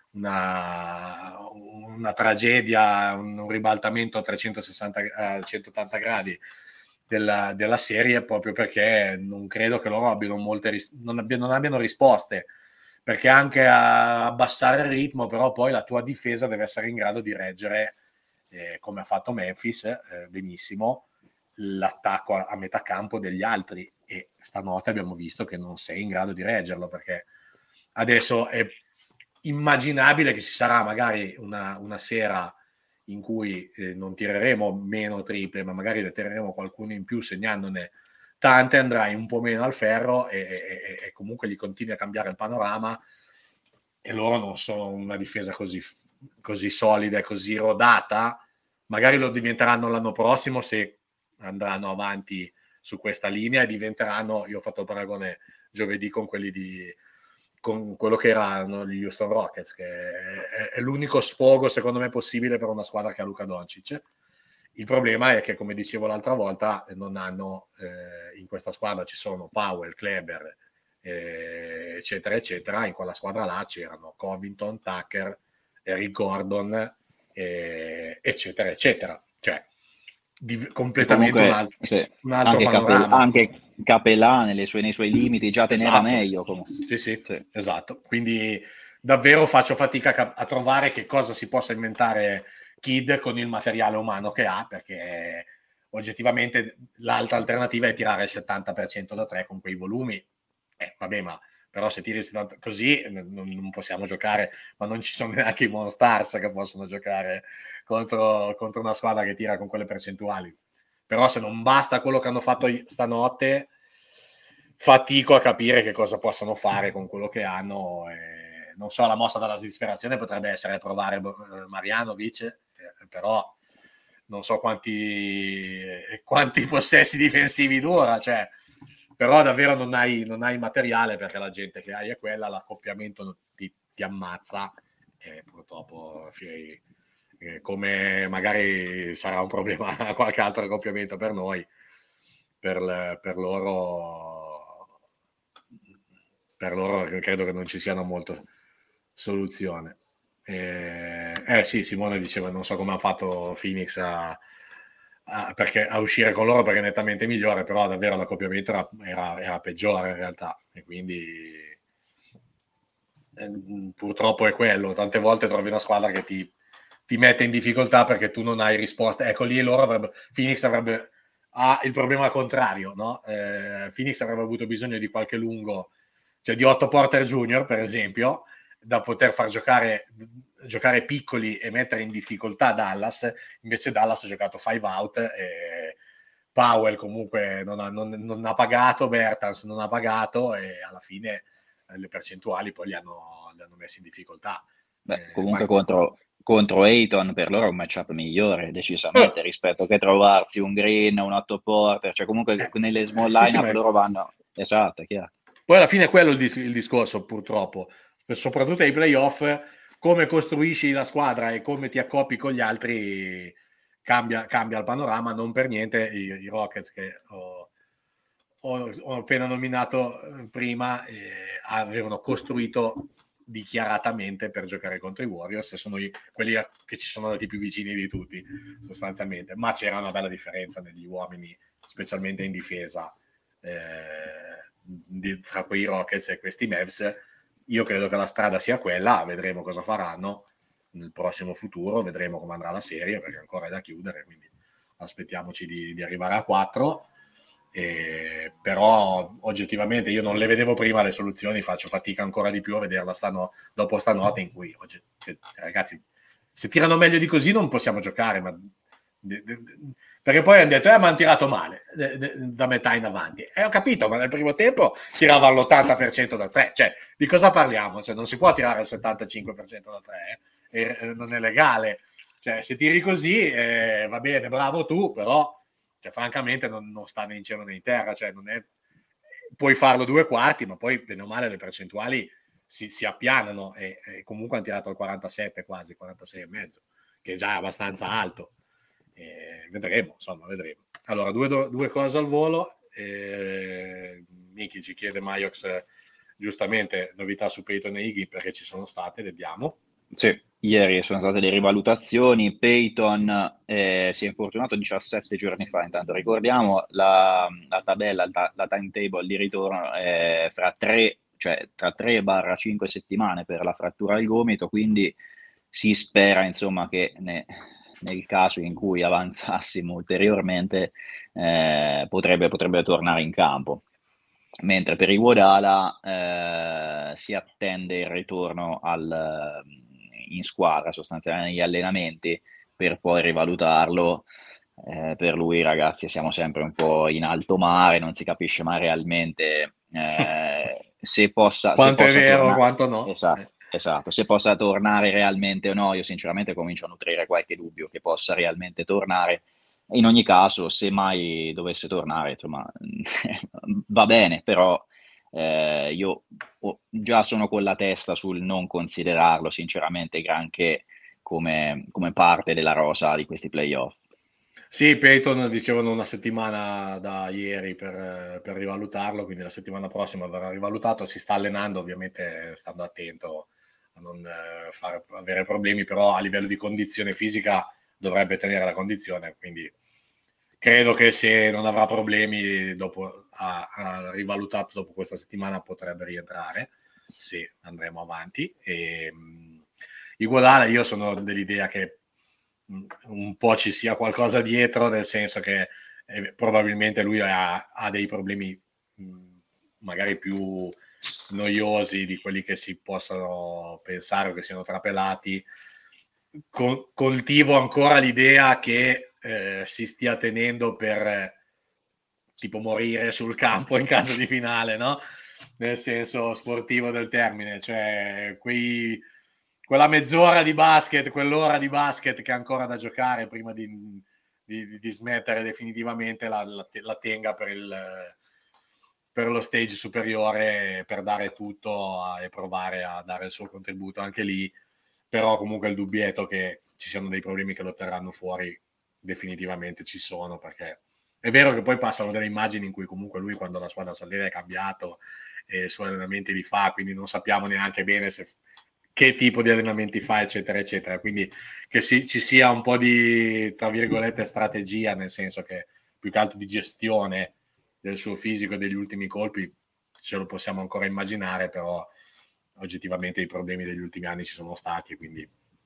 una, una tragedia, un, un ribaltamento a trecentosessanta a centottanta gradi della, della serie, proprio perché non credo che loro abbiano molte ris- non, abbiano, non abbiano risposte, perché anche a abbassare il ritmo, però poi la tua difesa deve essere in grado di reggere, eh, come ha fatto Memphis eh, benissimo, l'attacco a, a metà campo degli altri, e stanotte abbiamo visto che non sei in grado di reggerlo, perché adesso è immaginabile che ci sarà magari una, una sera in cui eh, non tireremo meno triple, ma magari ne tireremo qualcuno in più segnandone tante, andrai un po' meno al ferro e, e, e comunque gli continui a cambiare il panorama, e loro non sono una difesa così, così solida e così rodata. Magari lo diventeranno l'anno prossimo se andranno avanti su questa linea, e diventeranno, io ho fatto il paragone giovedì con quelli di con quello che erano gli Houston Rockets, che è, è l'unico sfogo secondo me possibile per una squadra che ha Luka Doncic. Il problema è che, come dicevo l'altra volta, non hanno eh, in questa squadra ci sono Powell, Kleber eh, eccetera eccetera, in quella squadra là c'erano Covington, Tucker, Eric Gordon eh, eccetera eccetera, cioè di, completamente Comunque, un altro, sì, un altro anche, Capel- panorama. anche Capelà nelle sue- nei suoi limiti già teneva Esatto, meglio. Comunque. sì sì, Sì. esatto, quindi davvero faccio fatica a, a trovare che cosa si possa inventare Kidd con il materiale umano che ha, perché oggettivamente l'altra alternativa è tirare il settanta per cento da tre con quei volumi. Eh, vabbè, ma però se tiri il settanta per cento così non, non possiamo giocare, ma non ci sono neanche i Monstars che possono giocare contro, contro una squadra che tira con quelle percentuali. Però se non basta quello che hanno fatto stanotte, fatico a capire che cosa possono fare con quello che hanno. E non so, la mossa dalla disperazione potrebbe essere provare Marjanovic, eh, però non so quanti, quanti possessi difensivi dura, cioè, però davvero non hai, non hai materiale, perché la gente che hai è quella, l'accoppiamento ti, ti ammazza, e purtroppo eh, come magari sarà un problema qualche altro accoppiamento per noi, per, per loro per loro credo che non ci siano molte soluzioni. Eh, eh sì, Simone diceva non so come ha fatto Phoenix a, a, perché, a uscire con loro, perché è nettamente migliore, però davvero l'accoppiamento era, era, era peggiore in realtà, e quindi eh, purtroppo è quello. Tante volte trovi una squadra che ti, ti mette in difficoltà perché tu non hai risposte. Ecco, lì loro avrebbe, Phoenix avrebbe ha il problema contrario, no? Eh, Phoenix avrebbe avuto bisogno di qualche lungo, cioè di Otto Porter Junior per esempio, da poter far giocare, giocare piccoli e mettere in difficoltà Dallas. Invece Dallas ha giocato five out, e Powell comunque non ha, non, non ha pagato, Bertans non ha pagato, e alla fine le percentuali poi li hanno, li hanno messi in difficoltà. Beh, Eh, comunque ma... contro, contro Ayton per loro è un matchup migliore, decisamente, rispetto che trovarsi un Green, un Otto Porter, cioè comunque eh, nelle small sì, sì, lineup ma loro vanno... Esatto, è chiaro. poi alla fine è quello il, dis- il discorso, purtroppo, soprattutto ai playoff, come costruisci la squadra e come ti accoppi con gli altri cambia, cambia il panorama. Non per niente i, i Rockets, che ho, ho, ho appena nominato prima, eh, avevano costruito dichiaratamente per giocare contro i Warriors, e sono i, quelli che ci sono andati più vicini di tutti sostanzialmente, ma c'era una bella differenza negli uomini, specialmente in difesa, eh, di, tra quei Rockets e questi Mavs. Io credo che la strada sia quella, vedremo cosa faranno nel prossimo futuro, vedremo come andrà la serie, perché ancora è da chiudere, quindi aspettiamoci di, di arrivare a quattro. Eh, però oggettivamente io non le vedevo prima le soluzioni, faccio fatica ancora di più a vederla stano, dopo stanotte in cui oggi, cioè, ragazzi, se tirano meglio di così non possiamo giocare, ma de, de, de, perché poi hanno detto eh ma hanno tirato male de, de, da metà in avanti, e eh, ho capito, ma nel primo tempo tiravano l'ottanta per cento da tre, cioè di cosa parliamo? Cioè, non si può tirare il settantacinque per cento da tre, eh? E, eh, non è legale, cioè se tiri così eh, va bene, bravo tu, però cioè, francamente non, non sta né in cielo né in terra, cioè non è, puoi farlo due quarti, ma poi bene o male le percentuali si, si appianano, e, e comunque hanno tirato il quarantasette, quasi quarantasei e mezzo, che è già abbastanza alto. E vedremo, insomma, vedremo. Allora, due, due cose al volo. Eh, Miki ci chiede Maiox, eh, giustamente, novità su Peyton e Iggy, perché ci sono state, vediamo. Sì, ieri sono state le rivalutazioni. Peyton eh, si è infortunato diciassette giorni fa, intanto ricordiamo la, la tabella, la, la timetable di ritorno è fra tre, cioè tra tre e cinque settimane per la frattura al gomito, quindi si spera insomma che ne, nel caso in cui avanzassimo ulteriormente eh, potrebbe, potrebbe tornare in campo. Mentre per Iguodala eh, si attende il ritorno al, in squadra, sostanzialmente negli allenamenti, per poi rivalutarlo. Eh, per lui, ragazzi, siamo sempre un po' in alto mare, non si capisce mai realmente eh, se possa, se Quanto è possa vero, tornare. quanto no. Esatto, Eh. esatto, se possa tornare realmente o no. Io sinceramente comincio a nutrire qualche dubbio che possa realmente tornare. In ogni caso, se mai dovesse tornare, insomma, va bene, però eh, io ho- già sono con la testa sul non considerarlo sinceramente granché come, come parte della rosa di questi playoff. Sì, Peyton dicevano una settimana da ieri per, per rivalutarlo, quindi la settimana prossima verrà rivalutato. Si sta allenando, ovviamente stando attento a non eh, fare, avere problemi, però a livello di condizione fisica dovrebbe tenere la condizione, quindi credo che se non avrà problemi dopo, ha, ha rivalutato dopo questa settimana, potrebbe rientrare se andremo avanti. E, mh, Iguodala, io sono dell'idea che un po' ci sia qualcosa dietro, nel senso che eh, probabilmente lui ha, ha dei problemi mh, magari più noiosi di quelli che si possano pensare o che siano trapelati. Col- coltivo ancora l'idea che eh, si stia tenendo per eh, tipo morire sul campo in caso di finale, no? Nel senso sportivo del termine, cioè quei quella mezz'ora di basket, quell'ora di basket che ha ancora da giocare prima di, di, di smettere definitivamente, la, la, la tenga per, il, per lo stage superiore, per dare tutto a, e provare a dare il suo contributo anche lì. Però comunque il dubbietto che ci siano dei problemi che lo terranno fuori definitivamente ci sono, perché è vero che poi passano delle immagini in cui comunque lui, quando la squadra salire, è cambiato e i suoi allenamenti li fa, quindi non sappiamo neanche bene se che tipo di allenamenti fa, eccetera, eccetera. Quindi che si, ci sia un po' di, tra virgolette, strategia, nel senso che più che altro di gestione del suo fisico e degli ultimi colpi, ce lo possiamo ancora immaginare, però oggettivamente i problemi degli ultimi anni ci sono stati, quindi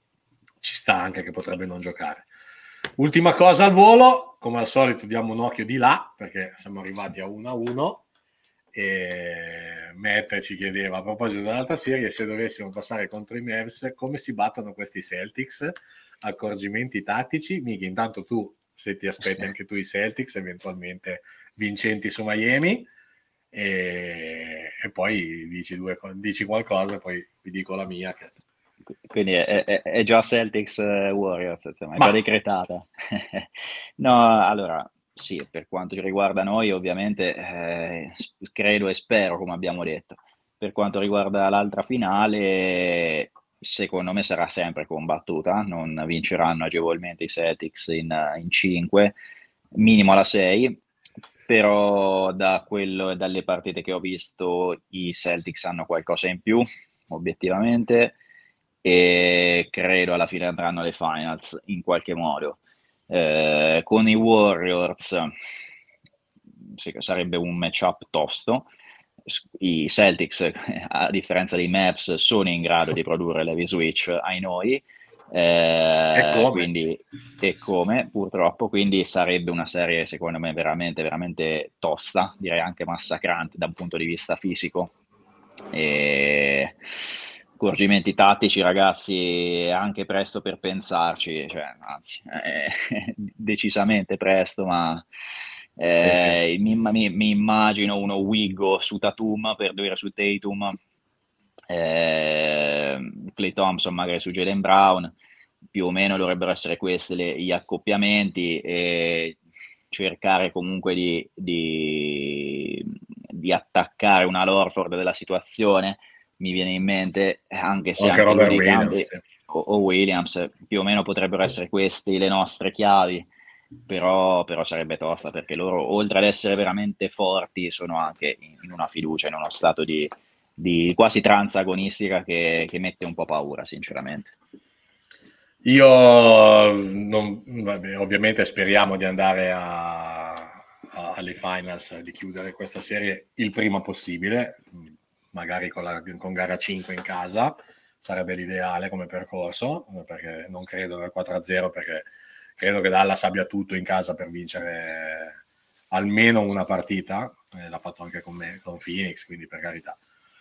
ci sta anche che potrebbe non giocare. Ultima cosa al volo, come al solito diamo un occhio di là, perché siamo arrivati a uno a uno. E Matt ci chiedeva, a proposito dell'altra serie, se dovessimo passare contro i Mavs, come si battono questi Celtics? Accorgimenti tattici? Miki, intanto tu, se ti aspetti anche tu i Celtics, eventualmente vincenti su Miami, e, e poi dici, due, dici qualcosa, poi vi dico la mia. Che... Quindi è, è, è già Celtics uh, Warriors, insomma, è Ma... già decretata. No, allora, sì, per quanto riguarda noi, ovviamente, eh, credo e spero, come abbiamo detto. Per quanto riguarda l'altra finale, secondo me sarà sempre combattuta, non vinceranno agevolmente i Celtics in, in cinque, minimo alla sei. però da quello, dalle partite che ho visto i Celtics hanno qualcosa in più, obiettivamente, e credo alla fine andranno alle finals in qualche modo. Eh, con i Warriors sì, sarebbe un matchup tosto. I Celtics, a differenza dei Mavs, sono in grado di produrre l'heavy switch ai noi, E eh, come? quindi e come purtroppo, quindi sarebbe una serie secondo me veramente veramente tosta, direi anche massacrante da un punto di vista fisico. E accorgimenti tattici, ragazzi, è anche presto per pensarci, cioè, anzi, è decisamente presto, ma Sì, sì. eh, mi, mi- mi immagino uno Wiggo su Tatum per due su Tatum, eh, Klay Thompson magari su Jaylen Brown, più o meno dovrebbero essere questi le- gli accoppiamenti, e cercare comunque di, di- di attaccare una Lorford della situazione. Mi viene in mente, anche O se anche anche lui Robert nei Williams, campi, sì. o, o Williams, più o meno potrebbero essere queste le nostre chiavi, però, però sarebbe tosta perché loro, oltre ad essere veramente forti, sono anche in, in una fiducia, in uno stato di, di quasi tranza agonistica che, che mette un po' paura, sinceramente. Io non, vabbè, ovviamente speriamo di andare a, a, alle finals, di chiudere questa serie il prima possibile, magari con, la, con gara cinque in casa, sarebbe l'ideale come percorso, perché non credo nel quattro a zero, perché credo che Dallas abbia tutto in casa per vincere almeno una partita, eh, l'ha fatto anche con, me, con Phoenix, quindi per carità.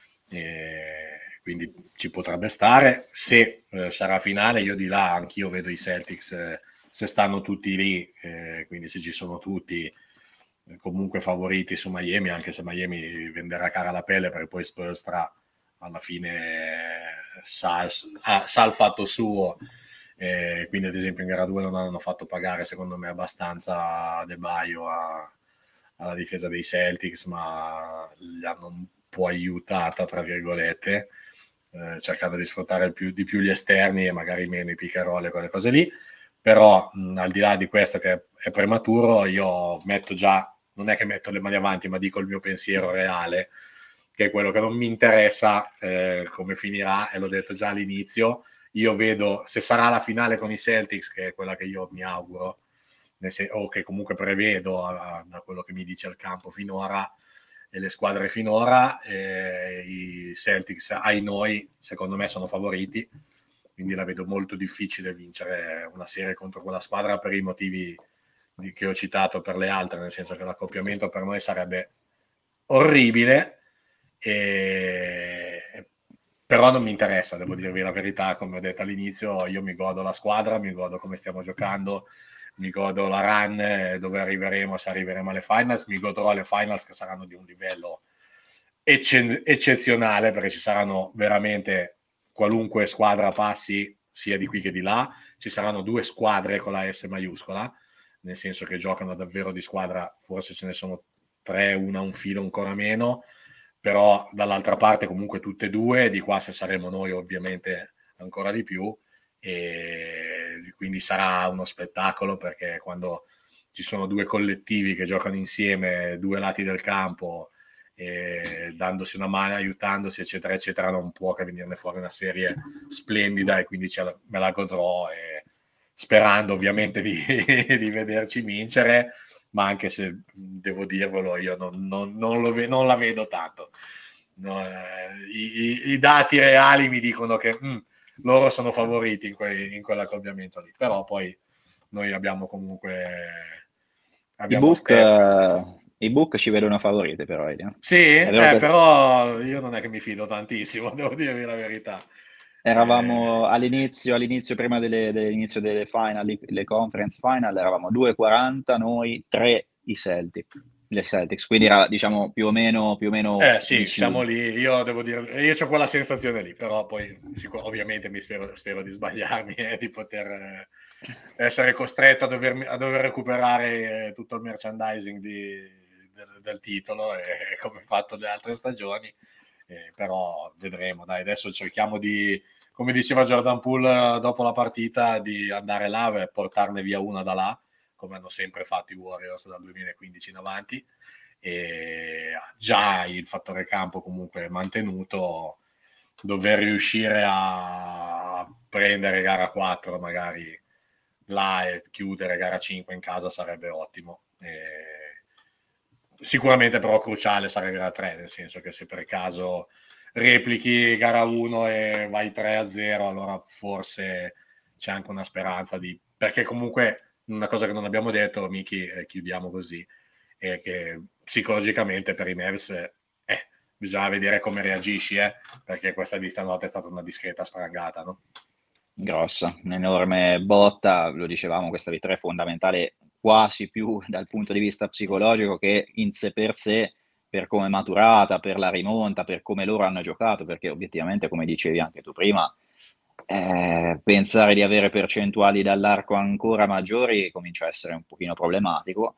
E quindi ci potrebbe stare. Se eh, sarà finale, io di là anch'io vedo i Celtics, eh, se stanno tutti lì, eh, quindi se ci sono tutti eh, comunque favoriti su Miami, anche se Miami venderà cara la pelle, perché poi Spoelstra alla fine eh, sa, ah, sa il fatto suo, eh, quindi ad esempio in gara due non hanno fatto pagare secondo me abbastanza De Baio a, alla difesa dei Celtics, ma li hanno un po' aiutata tra virgolette, eh, cercando di sfruttare il più, di più gli esterni e magari meno i pick and roll e quelle cose lì. Però mh, al di là di questo che è prematuro, io metto già, non è che metto le mani avanti, ma dico il mio pensiero reale, che è quello che non mi interessa eh, come finirà, e l'ho detto già all'inizio. Io vedo, se sarà la finale con i Celtics, che è quella che io mi auguro, o che comunque prevedo a, da quello che mi dice il campo finora e le squadre finora, eh, i Celtics ai noi secondo me sono favoriti, quindi la vedo molto difficile vincere una serie contro quella squadra per i motivi di, che ho citato per le altre, nel senso che l'accoppiamento per noi sarebbe orribile, e... però non mi interessa, devo dirvi la verità, come ho detto all'inizio, io mi godo la squadra, mi godo come stiamo giocando, mi godo la run, dove arriveremo, se arriveremo alle finals, mi godrò le finals che saranno di un livello ecce- eccezionale, perché ci saranno veramente, qualunque squadra passi, sia di qui che di là, ci saranno due squadre con la S maiuscola, nel senso che giocano davvero di squadra, forse ce ne sono tre, una un filo ancora meno, però dall'altra parte comunque tutte e due, di qua se saremo noi ovviamente ancora di più, e quindi sarà uno spettacolo, perché quando ci sono due collettivi che giocano insieme, due lati del campo, e dandosi una mano, aiutandosi eccetera eccetera, non può che venirne fuori una serie splendida, e quindi ce la, me la godrò, e sperando ovviamente di, di vederci vincere, ma anche se devo dirvelo io non, non, non, lo, non la vedo tanto, no, eh, i, i, dati reali mi dicono che mh, loro sono favoriti in, que, in quell'accoppiamento lì, però poi noi abbiamo comunque I abbiamo book, Steph. eh, i book ci vedono favoriti però, Elia. Sì, È vero eh, che però io non è che mi fido tantissimo, devo dirvi la verità. eravamo Eh, all'inizio, all'inizio prima delle, dell'inizio delle final, le conference final, eravamo due e quaranta noi, tre i Celtic, le Celtics, quindi era diciamo più o meno, più o meno eh sì, siamo vicino. lì, io devo dire, io ho quella sensazione lì, però poi sicur- ovviamente mi spero, spero di sbagliarmi e di poter eh, essere costretto a, dovermi, a dover recuperare eh, tutto il merchandising di, del, del titolo, e, come fatto le altre stagioni, eh, però vedremo, dai, adesso cerchiamo di, come diceva Jordan Poole eh, dopo la partita, di andare là e portarne via una da là, come hanno sempre fatto i Warriors dal duemilaquindici in avanti, e già il fattore campo comunque mantenuto, dover riuscire a prendere gara quattro magari là e chiudere gara cinque in casa sarebbe ottimo. E sicuramente però cruciale sarebbe gara tre, nel senso che se per caso replichi gara uno e vai tre a zero, allora forse c'è anche una speranza di... perché comunque una cosa che non abbiamo detto, Miki, eh, chiudiamo così, è che psicologicamente per i Mavs eh, bisogna vedere come reagisci, eh, perché questa di stanotte è stata una discreta sprangata, no? Grossa, un'enorme botta, lo dicevamo, questa vittoria è fondamentale quasi più dal punto di vista psicologico che in sé per sé, per come è maturata, per la rimonta, per come loro hanno giocato, perché obiettivamente, come dicevi anche tu prima, eh, pensare di avere percentuali dall'arco ancora maggiori comincia a essere un pochino problematico.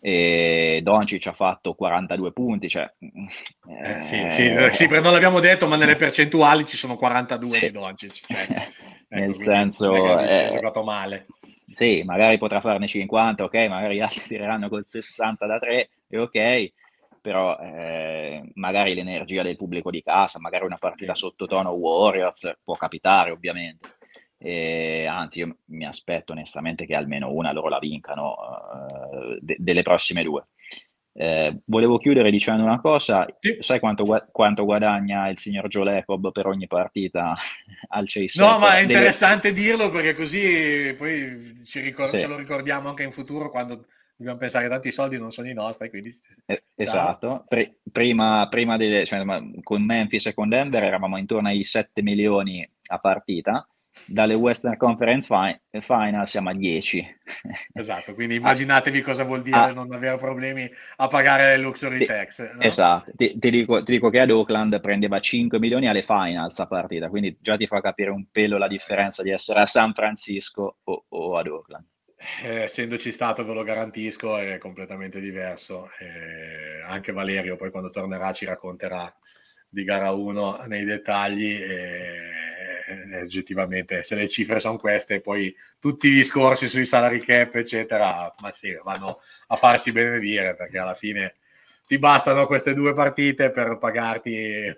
E Doncic ha fatto quarantadue punti, cioè, eh, sì, sì, eh, sì, non l'abbiamo detto, ma nelle percentuali ci sono quarantadue sì. di Doncic, cioè, Nel ecco, quindi non è senso, che dici ha eh, giocato male. sì, magari potrà farne cinquanta, ok, magari gli altri tireranno col sessanta da tre, e ok, però eh, magari l'energia del pubblico di casa, magari una partita Sì. sottotono Warriors, può capitare ovviamente. E, anzi, io mi aspetto onestamente che almeno una loro la vincano uh, de- delle prossime due. Eh, volevo chiudere dicendo una cosa, Sì. sai quanto, gua- quanto guadagna il signor Joe Lacob per ogni partita al Chase No, ma Center? è Deve... interessante dirlo perché così poi ci ricor- ce Sì. lo ricordiamo anche in futuro quando dobbiamo pensare che tanti i soldi non sono i nostri, quindi Eh, ciao. Esatto, Pri- prima, prima delle, cioè, ma- con Memphis e con Denver eravamo intorno ai sette milioni a partita, dalle Western Conference Fi- Final siamo a dieci. Esatto, quindi Ah, immaginatevi cosa vuol dire ah, non avere problemi a pagare le luxury ti- tax, no? esatto, ti, ti dico, ti dico che ad Oakland prendeva cinque milioni alle Finals a partita, quindi già ti fa capire un pelo la Eh, differenza ragazzi, di essere a San Francisco o, o ad Oakland. eh, essendoci stato, ve lo garantisco, è completamente diverso. Eh, anche Valerio poi quando tornerà ci racconterà di gara uno nei dettagli e eh, oggettivamente se le cifre sono queste poi tutti i discorsi sui salary cap eccetera ma sì, vanno a farsi benedire perché alla fine ti bastano queste due partite per pagarti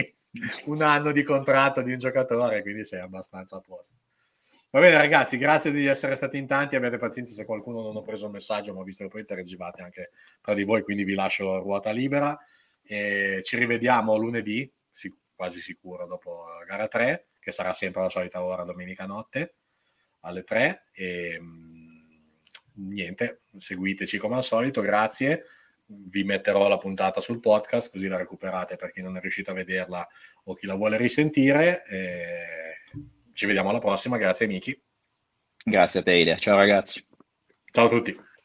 un anno di contratto di un giocatore, quindi sei abbastanza a posto. Va bene ragazzi, grazie di essere stati in tanti, abbiate pazienza se qualcuno non ha preso il messaggio, ma ho visto che poi interagivate anche tra di voi, quindi vi lascio ruota libera. E ci rivediamo lunedì, quasi sicuro, dopo gara tre, che sarà sempre la solita ora domenica notte, alle tre. E niente, seguiteci come al solito, grazie. Vi metterò la puntata sul podcast, così la recuperate per chi non è riuscito a vederla o chi la vuole risentire. E ci vediamo alla prossima, grazie Miki. Grazie a te, Ile. Ciao ragazzi. Ciao a tutti.